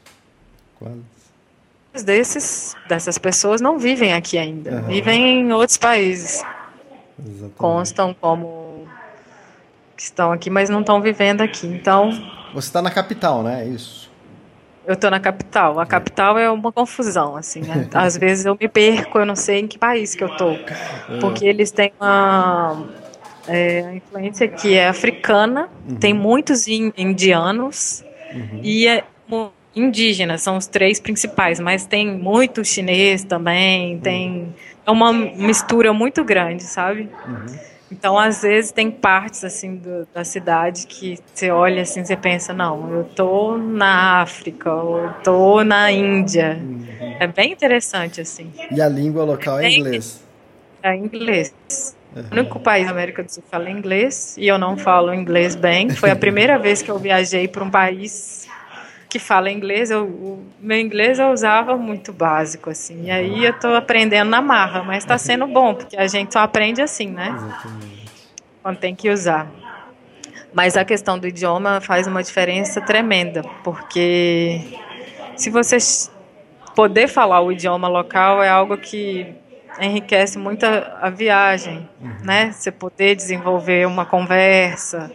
quase. Desses, dessas pessoas não vivem aqui ainda, uhum. vivem em outros países. Exatamente. Constam como que estão aqui, mas não estão vivendo aqui. Então, você está na capital, né? É isso. Eu estou na capital. A capital é uma confusão, assim. Né? Às vezes eu me perco, eu não sei em que país que eu estou, porque eles têm uma É, a influência aqui é africana, uhum. tem muitos indianos uhum. e é indígenas, são os três principais, mas tem muito chinês também, tem é uma mistura muito grande, sabe? Uhum. Então, às vezes, tem partes, assim, do, da cidade que você olha, assim, você pensa, não, eu tô na África, ou eu tô na Índia. Uhum. É bem interessante, assim. E a língua local é, é inglês? É inglês. Uhum. O único país da América do Sul que fala inglês, e eu não falo inglês bem. Foi a primeira vez que eu viajei para um país que fala inglês. Eu, o meu inglês eu usava muito básico, assim. E aí eu tô aprendendo na marra, mas tá sendo bom, porque a gente só aprende assim, né? Exatamente. Quando tem que usar. Mas a questão do idioma faz uma diferença tremenda, porque se você poder falar o idioma local é algo que enriquece muito a, a viagem, uhum. né? Você poder desenvolver uma conversa.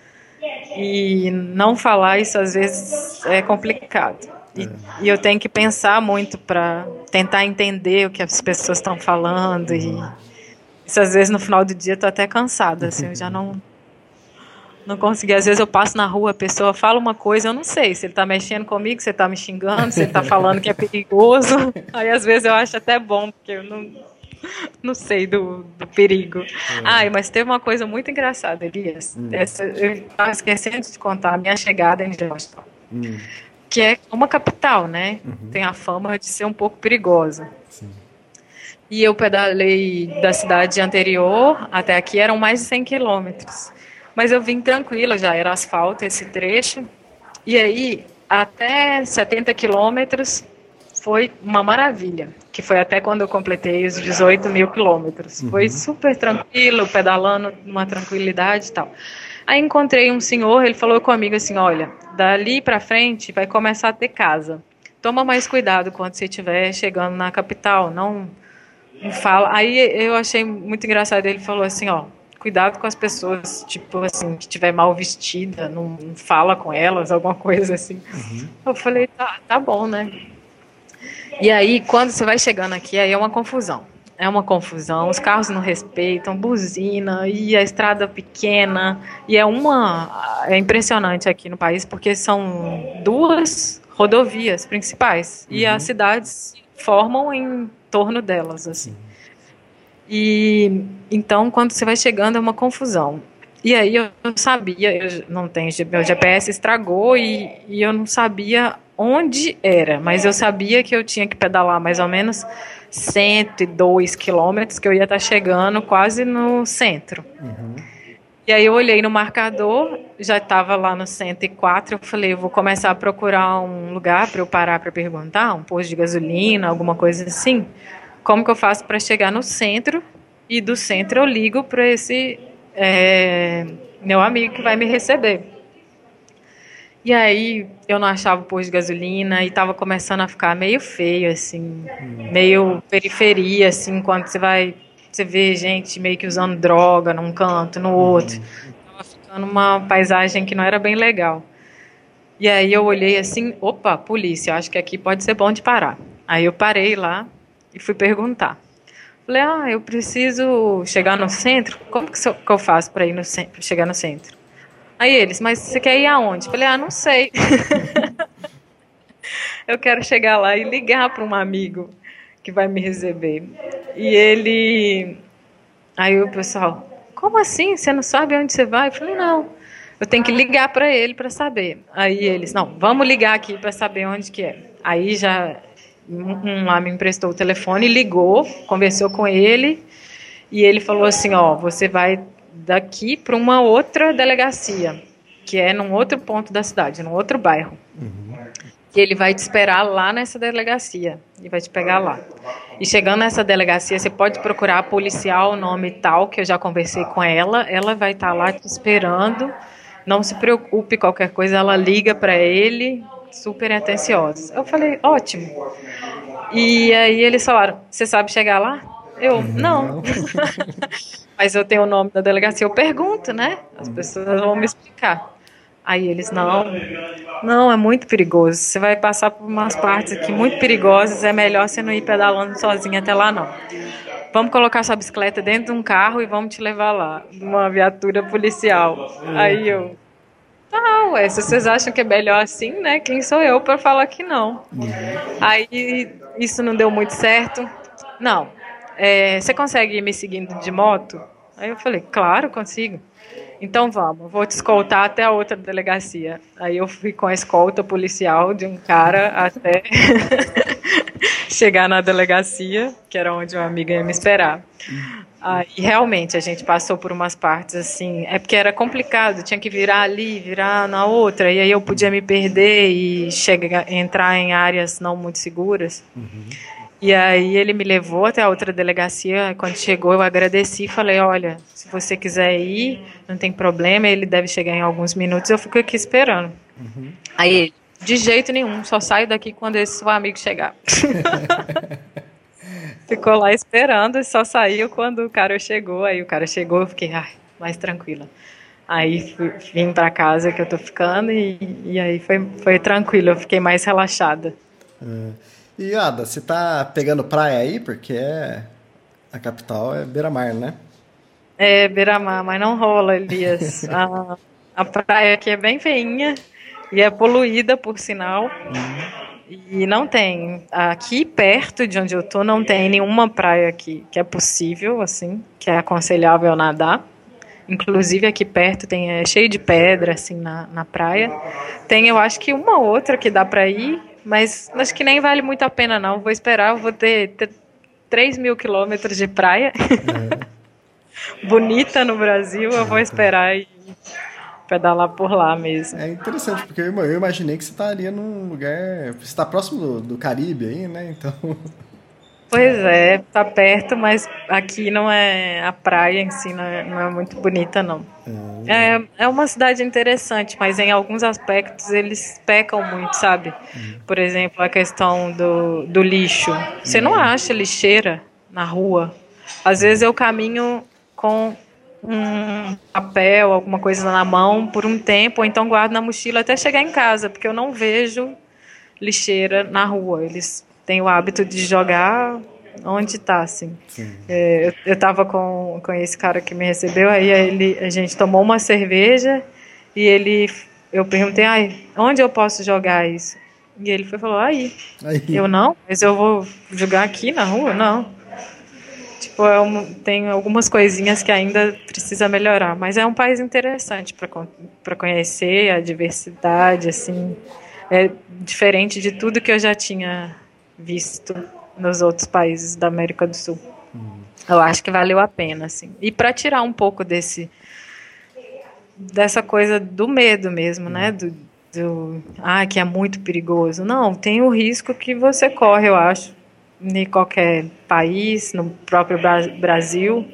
E não falar isso às vezes é complicado. E, é. e eu tenho que pensar muito para tentar entender o que as pessoas estão falando. Uhum. E isso às vezes no final do dia eu tô até cansada, assim, eu já não, não consegui. Às vezes eu passo na rua, a pessoa fala uma coisa, eu não sei se ele tá mexendo comigo, se ele tá me xingando, se ele tá falando que é perigoso. Aí às vezes eu acho até bom, porque eu não... não sei do, do perigo. É. Ai, mas teve uma coisa muito engraçada, Elias. Hum. Essa, eu estava esquecendo de contar a minha chegada em Georgetown, hum. que é uma capital, né? Uhum. Tem a fama de ser um pouco perigosa. Sim. E eu pedalei da cidade anterior até aqui, eram mais de cem quilômetros. Mas eu vim tranquila, já era asfalto esse trecho. E aí, até setenta quilômetros... foi uma maravilha, que foi até quando eu completei os dezoito mil quilômetros. Uhum. Foi super tranquilo, pedalando numa tranquilidade e tal. Aí encontrei um senhor, ele falou comigo assim, olha, dali pra frente vai começar a ter casa. Toma mais cuidado quando você estiver chegando na capital, não, não fala. Aí eu achei muito engraçado, ele falou assim, ó, cuidado com as pessoas, tipo assim, que estiver mal vestida, não, não fala com elas, alguma coisa assim. Uhum. Eu falei, tá, tá bom, né? E aí, quando você vai chegando aqui, aí é uma confusão. É uma confusão, os carros não respeitam, buzina, e a estrada pequena. E é uma... É impressionante aqui no país, porque são duas rodovias principais. Uhum. E as cidades formam em torno delas, assim. E então, quando você vai chegando, é uma confusão. E aí eu sabia, eu não tenho, meu G P S estragou e, e eu não sabia onde era, mas eu sabia que eu tinha que pedalar mais ou menos cento e dois quilômetros, que eu ia estar chegando quase no centro. Uhum. E aí eu olhei no marcador, já estava lá no cento e quatro, eu falei, eu vou começar a procurar um lugar para eu parar para perguntar, um posto de gasolina, alguma coisa assim. Como que eu faço para chegar no centro? E do centro eu ligo para esse é, meu amigo que vai me receber. E aí eu não achava o posto de gasolina e estava começando a ficar meio feio, assim, hum. meio periferia, assim, quando você vai, você vê gente meio que usando droga num canto, no outro. Estava ficando uma paisagem que não era bem legal. E aí eu olhei assim, opa, polícia, acho que aqui pode ser bom de parar. Aí eu parei lá e fui perguntar. Falei, ah, eu preciso chegar no centro, como que eu faço para ir no centro, chegar no centro? Aí eles, mas você quer ir aonde? Falei, ah, não sei. Eu quero chegar lá e ligar para um amigo que vai me receber. E ele... Aí o pessoal, como assim? Você não sabe onde você vai? Eu falei, não, eu tenho que ligar para ele para saber. Aí eles, não, vamos ligar aqui para saber onde que é. Aí já... Um lá me emprestou o telefone, ligou, conversou com ele e ele falou assim, ó, você vai daqui para uma outra delegacia, que é num outro ponto da cidade, num outro bairro. Uhum. E ele vai te esperar lá nessa delegacia e vai te pegar lá. E chegando nessa delegacia, você pode procurar a policial, o nome tal, que eu já conversei com ela, ela vai estar lá te esperando, não se preocupe, qualquer coisa, ela liga para ele, super atenciosos. Eu falei, ótimo. E aí eles falaram, você sabe chegar lá? Eu, não. Mas eu tenho o nome da delegacia, eu pergunto, né? As pessoas vão me explicar. Aí eles, não, não, é muito perigoso. Você vai passar por umas partes aqui muito perigosas, é melhor você não ir pedalando sozinha até lá, não. vamos colocar sua bicicleta dentro de um carro e vamos te levar lá, numa viatura policial. Aí eu, ah, ué, se vocês acham que é melhor assim, né, quem sou eu para falar que não? Uhum. Aí isso não deu muito certo. Não, é, você consegue ir me seguindo de moto? Aí eu falei, claro, consigo. Então vamos, vou te escoltar até a outra delegacia. Aí eu fui com a escolta policial de um cara até chegar na delegacia, que era onde uma amiga ia me esperar. Aí realmente a gente passou por umas partes assim, é porque era complicado, tinha que virar ali, virar na outra, e aí eu podia me perder e chegar, entrar em áreas não muito seguras. Uhum. E aí ele me levou até a outra delegacia. Quando chegou, eu agradeci e falei, olha, se você quiser ir, não tem problema, ele deve chegar em alguns minutos, eu fico aqui esperando. Uhum. Aí ele, de jeito nenhum, só saio daqui quando esse seu amigo chegar. Ficou lá esperando e só saiu quando o cara chegou. Aí o cara chegou, eu fiquei ai, mais tranquila. Aí fui, vim pra casa que eu tô ficando e, e aí foi, foi tranquilo, eu fiquei mais relaxada. Uhum. E, Ada, você tá pegando praia aí? Porque é... a capital é beira-mar, né? É, beira-mar, mas não rola, Elias. a, a praia aqui é bem feinha e é poluída, por sinal. Uhum. E não tem... Aqui perto de onde eu tô, não tem nenhuma praia aqui que é possível, assim, que é aconselhável nadar. Inclusive aqui perto tem, é cheio de pedra, assim, na, na praia. Tem, eu acho que uma outra que dá pra ir, mas acho que nem vale muito a pena, não. Vou esperar, eu vou ter, ter três mil quilômetros de praia. É. Bonita no Brasil, eu vou esperar e pedalar por lá mesmo. É interessante, porque eu, eu imaginei que você estaria num lugar... Você está próximo do, do Caribe aí, né? Então... Pois é, tá perto, mas aqui não é... A praia em si não é, não é muito bonita, não. É, é uma cidade interessante, mas em alguns aspectos eles pecam muito, sabe? Uhum. Por exemplo, a questão do, do lixo. Você não acha lixeira na rua. Às vezes eu caminho com um papel, alguma coisa na mão por um tempo, ou então guardo na mochila até chegar em casa, porque eu não vejo lixeira na rua. Eles têm o hábito de jogar onde está, assim. É, eu, eu tava com, com esse cara que me recebeu, aí ele, a gente tomou uma cerveja e ele, eu perguntei, ai, onde eu posso jogar isso? E ele foi, falou, aí. aí. Eu, não, mas eu vou jogar aqui na rua? Não. Tipo, é um, tem algumas coisinhas que ainda precisa melhorar, mas é um país interessante para conhecer a diversidade, assim, é diferente de tudo que eu já tinha visto nos outros países da América do Sul. Uhum. Eu acho que valeu a pena, assim. E para tirar um pouco desse dessa coisa do medo mesmo, uhum. né? Do, do ah, que é muito perigoso. Não, tem o risco que você corre, eu acho, em qualquer país, no próprio Brasil.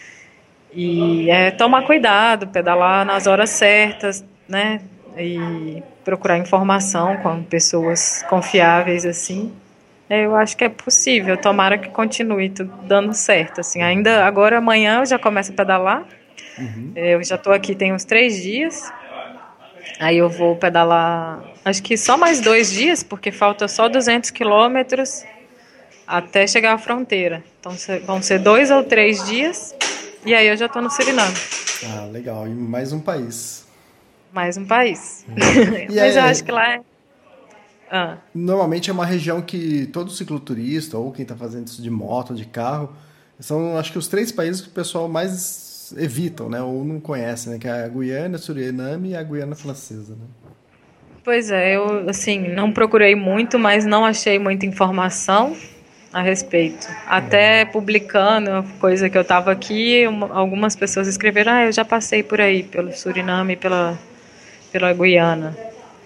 E é tomar cuidado, pedalar nas horas certas, né? E procurar informação com pessoas confiáveis, assim. Eu acho que é possível, tomara que continue tudo dando certo, assim, ainda agora amanhã eu já começo a pedalar, uhum. eu já estou aqui tem uns três dias, aí eu vou pedalar, acho que só mais dois dias, porque falta só duzentos quilômetros até chegar à fronteira, então vão ser dois ou três dias, e aí eu já estou no Suriname. Ah, legal, e mais um país. Mais um país, uhum. Mas é... eu acho que lá é... Ah. Normalmente é uma região que todo cicloturista ou quem está fazendo isso de moto, de carro, são acho que os três países que o pessoal mais evitam, né, ou não conhece, né, que é a Guiana, Suriname e a Guiana Francesa, né? Pois é, eu assim não procurei muito, mas não achei muita informação a respeito. Até é. publicando coisa que eu estava aqui, uma, algumas pessoas escreveram, ah, eu já passei por aí pelo Suriname, pela pela Guiana,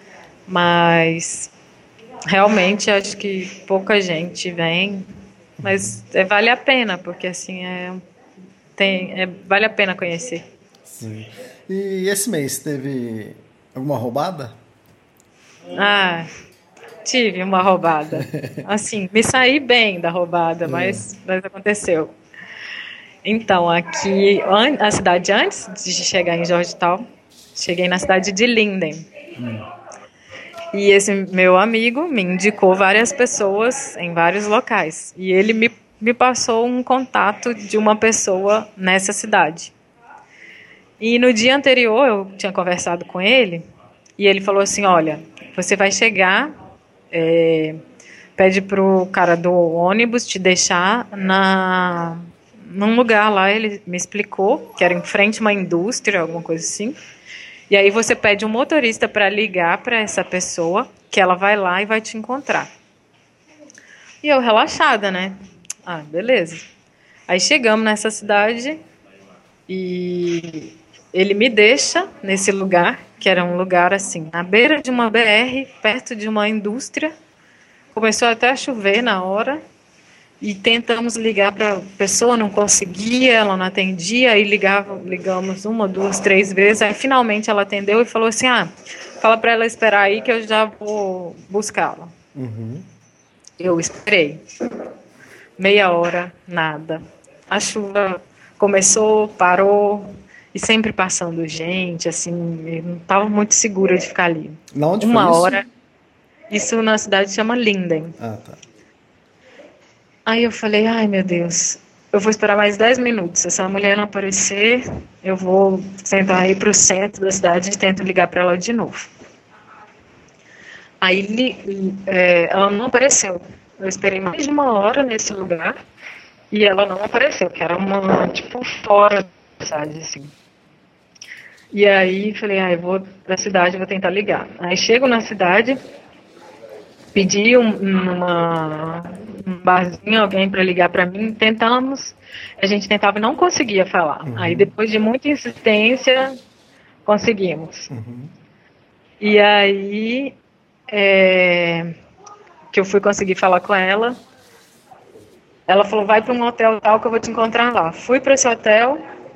mas realmente acho que pouca gente vem, mas é, vale a pena, porque assim é, tem, é, vale a pena conhecer. Sim. E esse mês teve alguma roubada? Ah, tive uma roubada. Assim, me saí bem da roubada, mas, mas aconteceu. Então, aqui, a cidade antes de chegar em Georgetown, cheguei na cidade de Linden. Hum. E esse meu amigo me indicou várias pessoas em vários locais. E ele me me passou um contato de uma pessoa nessa cidade. E no dia anterior eu tinha conversado com ele e ele falou assim, olha, você vai chegar, é, pede pro cara do ônibus te deixar na, num lugar lá, ele me explicou, que era em frente a uma indústria, alguma coisa assim. E aí você pede um motorista para ligar para essa pessoa, que ela vai lá e vai te encontrar. E eu relaxada, né? Ah, beleza. Aí chegamos nessa cidade e ele me deixa nesse lugar, que era um lugar assim, na beira de uma B R, perto de uma indústria. Começou até a chover na hora e tentamos ligar para a pessoa, não conseguia, ela não atendia, aí ligava, ligamos uma, duas, três vezes, aí finalmente ela atendeu e falou assim, ah, fala para ela esperar aí que eu já vou buscá-la. Uhum. Eu esperei. Meia hora, nada. A chuva começou, parou, e sempre passando gente, assim, eu não estava muito segura de ficar ali. Na onde Uma foi isso? hora. Isso na cidade que chama Linden. Ah, tá. Aí eu falei, ai meu Deus, eu vou esperar mais dez minutos. Se essa mulher não aparecer, eu vou tentar ir para o centro da cidade e tento ligar para ela de novo. Aí li, é, ela não apareceu. Eu esperei mais de uma hora nesse lugar e ela não apareceu, que era uma, tipo, fora da cidade, assim. E aí falei, ah, eu vou pra cidade, vou tentar ligar. Aí chego na cidade, pedi um, uma, um barzinho, alguém para ligar para mim, tentamos, a gente tentava e não conseguia falar. Uhum. Aí depois de muita insistência, conseguimos. Uhum. E aí, é, que eu fui conseguir falar com ela, ela falou, vai para um hotel tal que eu vou te encontrar lá. Fui para esse hotel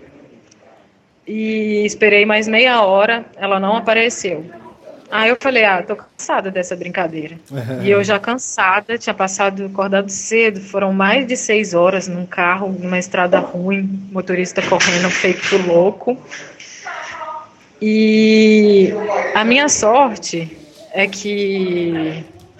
e esperei mais meia hora, ela não apareceu. Aí eu falei, ah, tô cansada dessa brincadeira. Uhum. E eu já cansada, tinha passado, acordado cedo, foram mais de seis horas num carro, numa estrada ruim, motorista correndo feito louco. E a minha sorte é que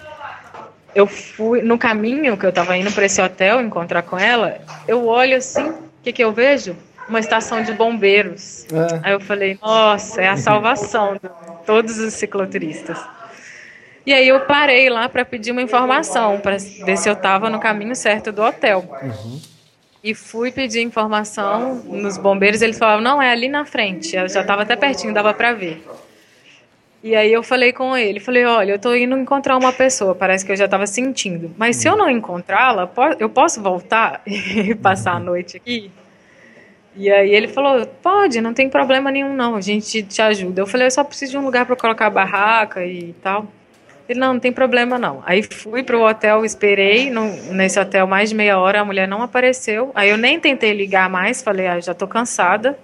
eu fui, no caminho que eu tava indo para esse hotel encontrar com ela, eu olho assim, o que que eu vejo? Uma estação de bombeiros. É. Aí eu falei, nossa, é a salvação de todos os cicloturistas. E aí eu parei lá para pedir uma informação, para ver se eu estava no caminho certo do hotel. Uhum. E fui pedir informação nos bombeiros, eles falavam, não, é ali na frente. Eu já estava até pertinho, dava para ver. E aí eu falei com ele, falei, olha, eu estou indo encontrar uma pessoa, parece que eu já estava sentindo. Mas se eu não encontrá-la, eu posso voltar e passar a noite aqui? E aí ele falou, pode, não tem problema nenhum não, a gente te ajuda. Eu falei, eu só preciso de um lugar para colocar a barraca e tal. Ele, não, não tem problema não. Aí fui pro hotel, esperei no, nesse hotel mais de meia hora, a mulher não apareceu. Aí eu nem tentei ligar mais, falei, ah, já tô cansada.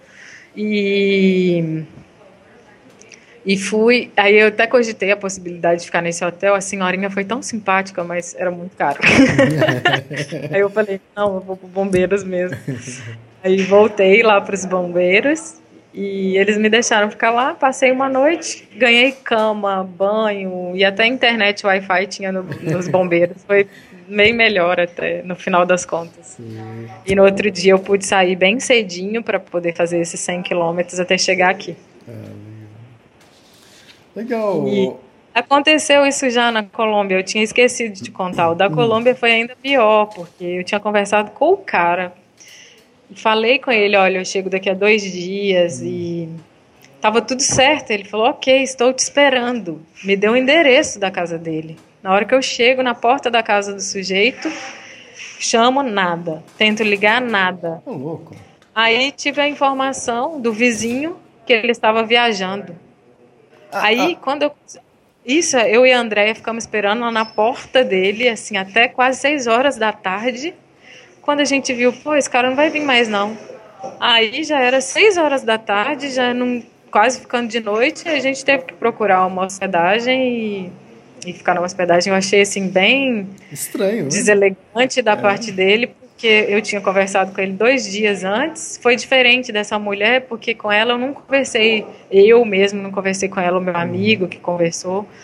E... E fui, aí eu até cogitei a possibilidade de ficar nesse hotel, a senhorinha foi tão simpática, mas era muito caro. Aí eu falei, não, eu vou pro bombeiros mesmo. Aí voltei lá para os bombeiros e eles me deixaram ficar lá, passei uma noite, ganhei cama, banho e até internet Wi-Fi tinha no, nos bombeiros, foi bem melhor até no final das contas. Sim. E no outro dia eu pude sair bem cedinho para poder fazer esses cem quilômetros até chegar aqui. É, legal. E aconteceu isso já na Colômbia, eu tinha esquecido de te contar. O da Colômbia foi ainda pior, porque eu tinha conversado com o cara. Falei com ele, olha, eu chego daqui a dois dias e tava tudo certo. Ele falou, ok, estou te esperando. Me deu o endereço da casa dele. Na hora que eu chego na porta da casa do sujeito, chamo nada, tento ligar nada. Oh, louco. Aí tive a informação do vizinho que ele estava viajando. Ah, Aí, ah. quando eu... Isso, eu e a Andréia ficamos esperando lá na porta dele, assim, até quase seis horas da tarde. Quando a gente viu, pô, esse cara não vai vir mais, não. Aí já era seis horas da tarde, já não, quase ficando de noite, a gente teve que procurar uma hospedagem e, e ficar numa hospedagem. Eu achei, assim, bem... estranho, né? Deselegante da é. parte dele, porque eu tinha conversado com ele dois dias antes. Foi diferente dessa mulher, porque com ela eu não conversei, eu mesmo não conversei com ela, o meu amigo que conversou.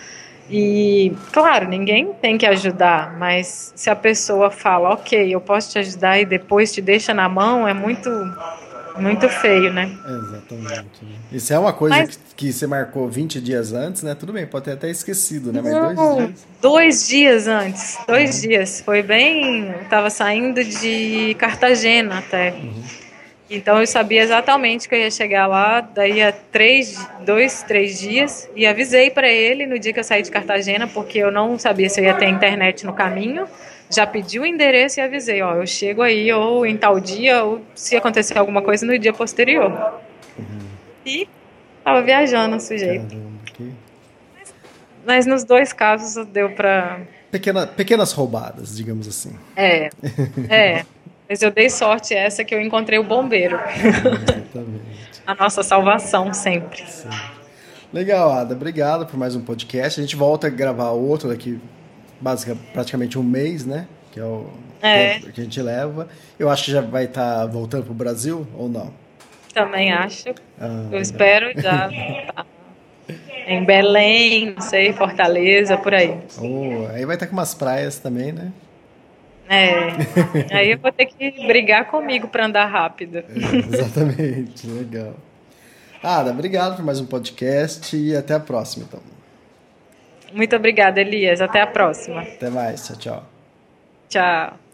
E, claro, ninguém tem que ajudar, mas se a pessoa fala, ok, eu posso te ajudar e depois te deixa na mão, é muito, muito feio, né? Exatamente. Né? Isso é uma coisa mas... que, que você marcou vinte dias antes, né? Tudo bem, pode ter até esquecido, né? Mas Não, dois dias. Dois dias antes, dois uhum. dias. Foi bem... Eu tava saindo de Cartagena até. Uhum. Então eu sabia exatamente que eu ia chegar lá, daí a três, dois, três dias, e avisei para ele no dia que eu saí de Cartagena, porque eu não sabia se eu ia ter internet no caminho, já pedi o endereço e avisei, ó, eu chego aí ou em tal dia, ou se acontecer alguma coisa no dia posterior. Uhum. E tava viajando o sujeito. Caramba, que... mas, mas nos dois casos deu para... Pequena, pequenas roubadas, digamos assim. É, é. Mas eu dei sorte essa que eu encontrei o bombeiro. Exatamente. A nossa salvação sempre. Sim. Legal, Ada. Obrigado por mais um podcast. A gente volta a gravar outro daqui, basicamente, praticamente um mês, né? Que é o é. que a gente leva. Eu acho que já vai estar tá voltando para o Brasil ou não? Também acho. Ah, eu legal. Espero já tá em Belém, não sei, Fortaleza, por aí. Oh, aí vai estar tá com umas praias também, né? É, aí eu vou ter que brigar comigo para andar rápido. É, exatamente, legal. Ada, obrigado por mais um podcast e até a próxima, então. Muito obrigada, Elias. Até a próxima. Até mais, tchau, tchau. Tchau.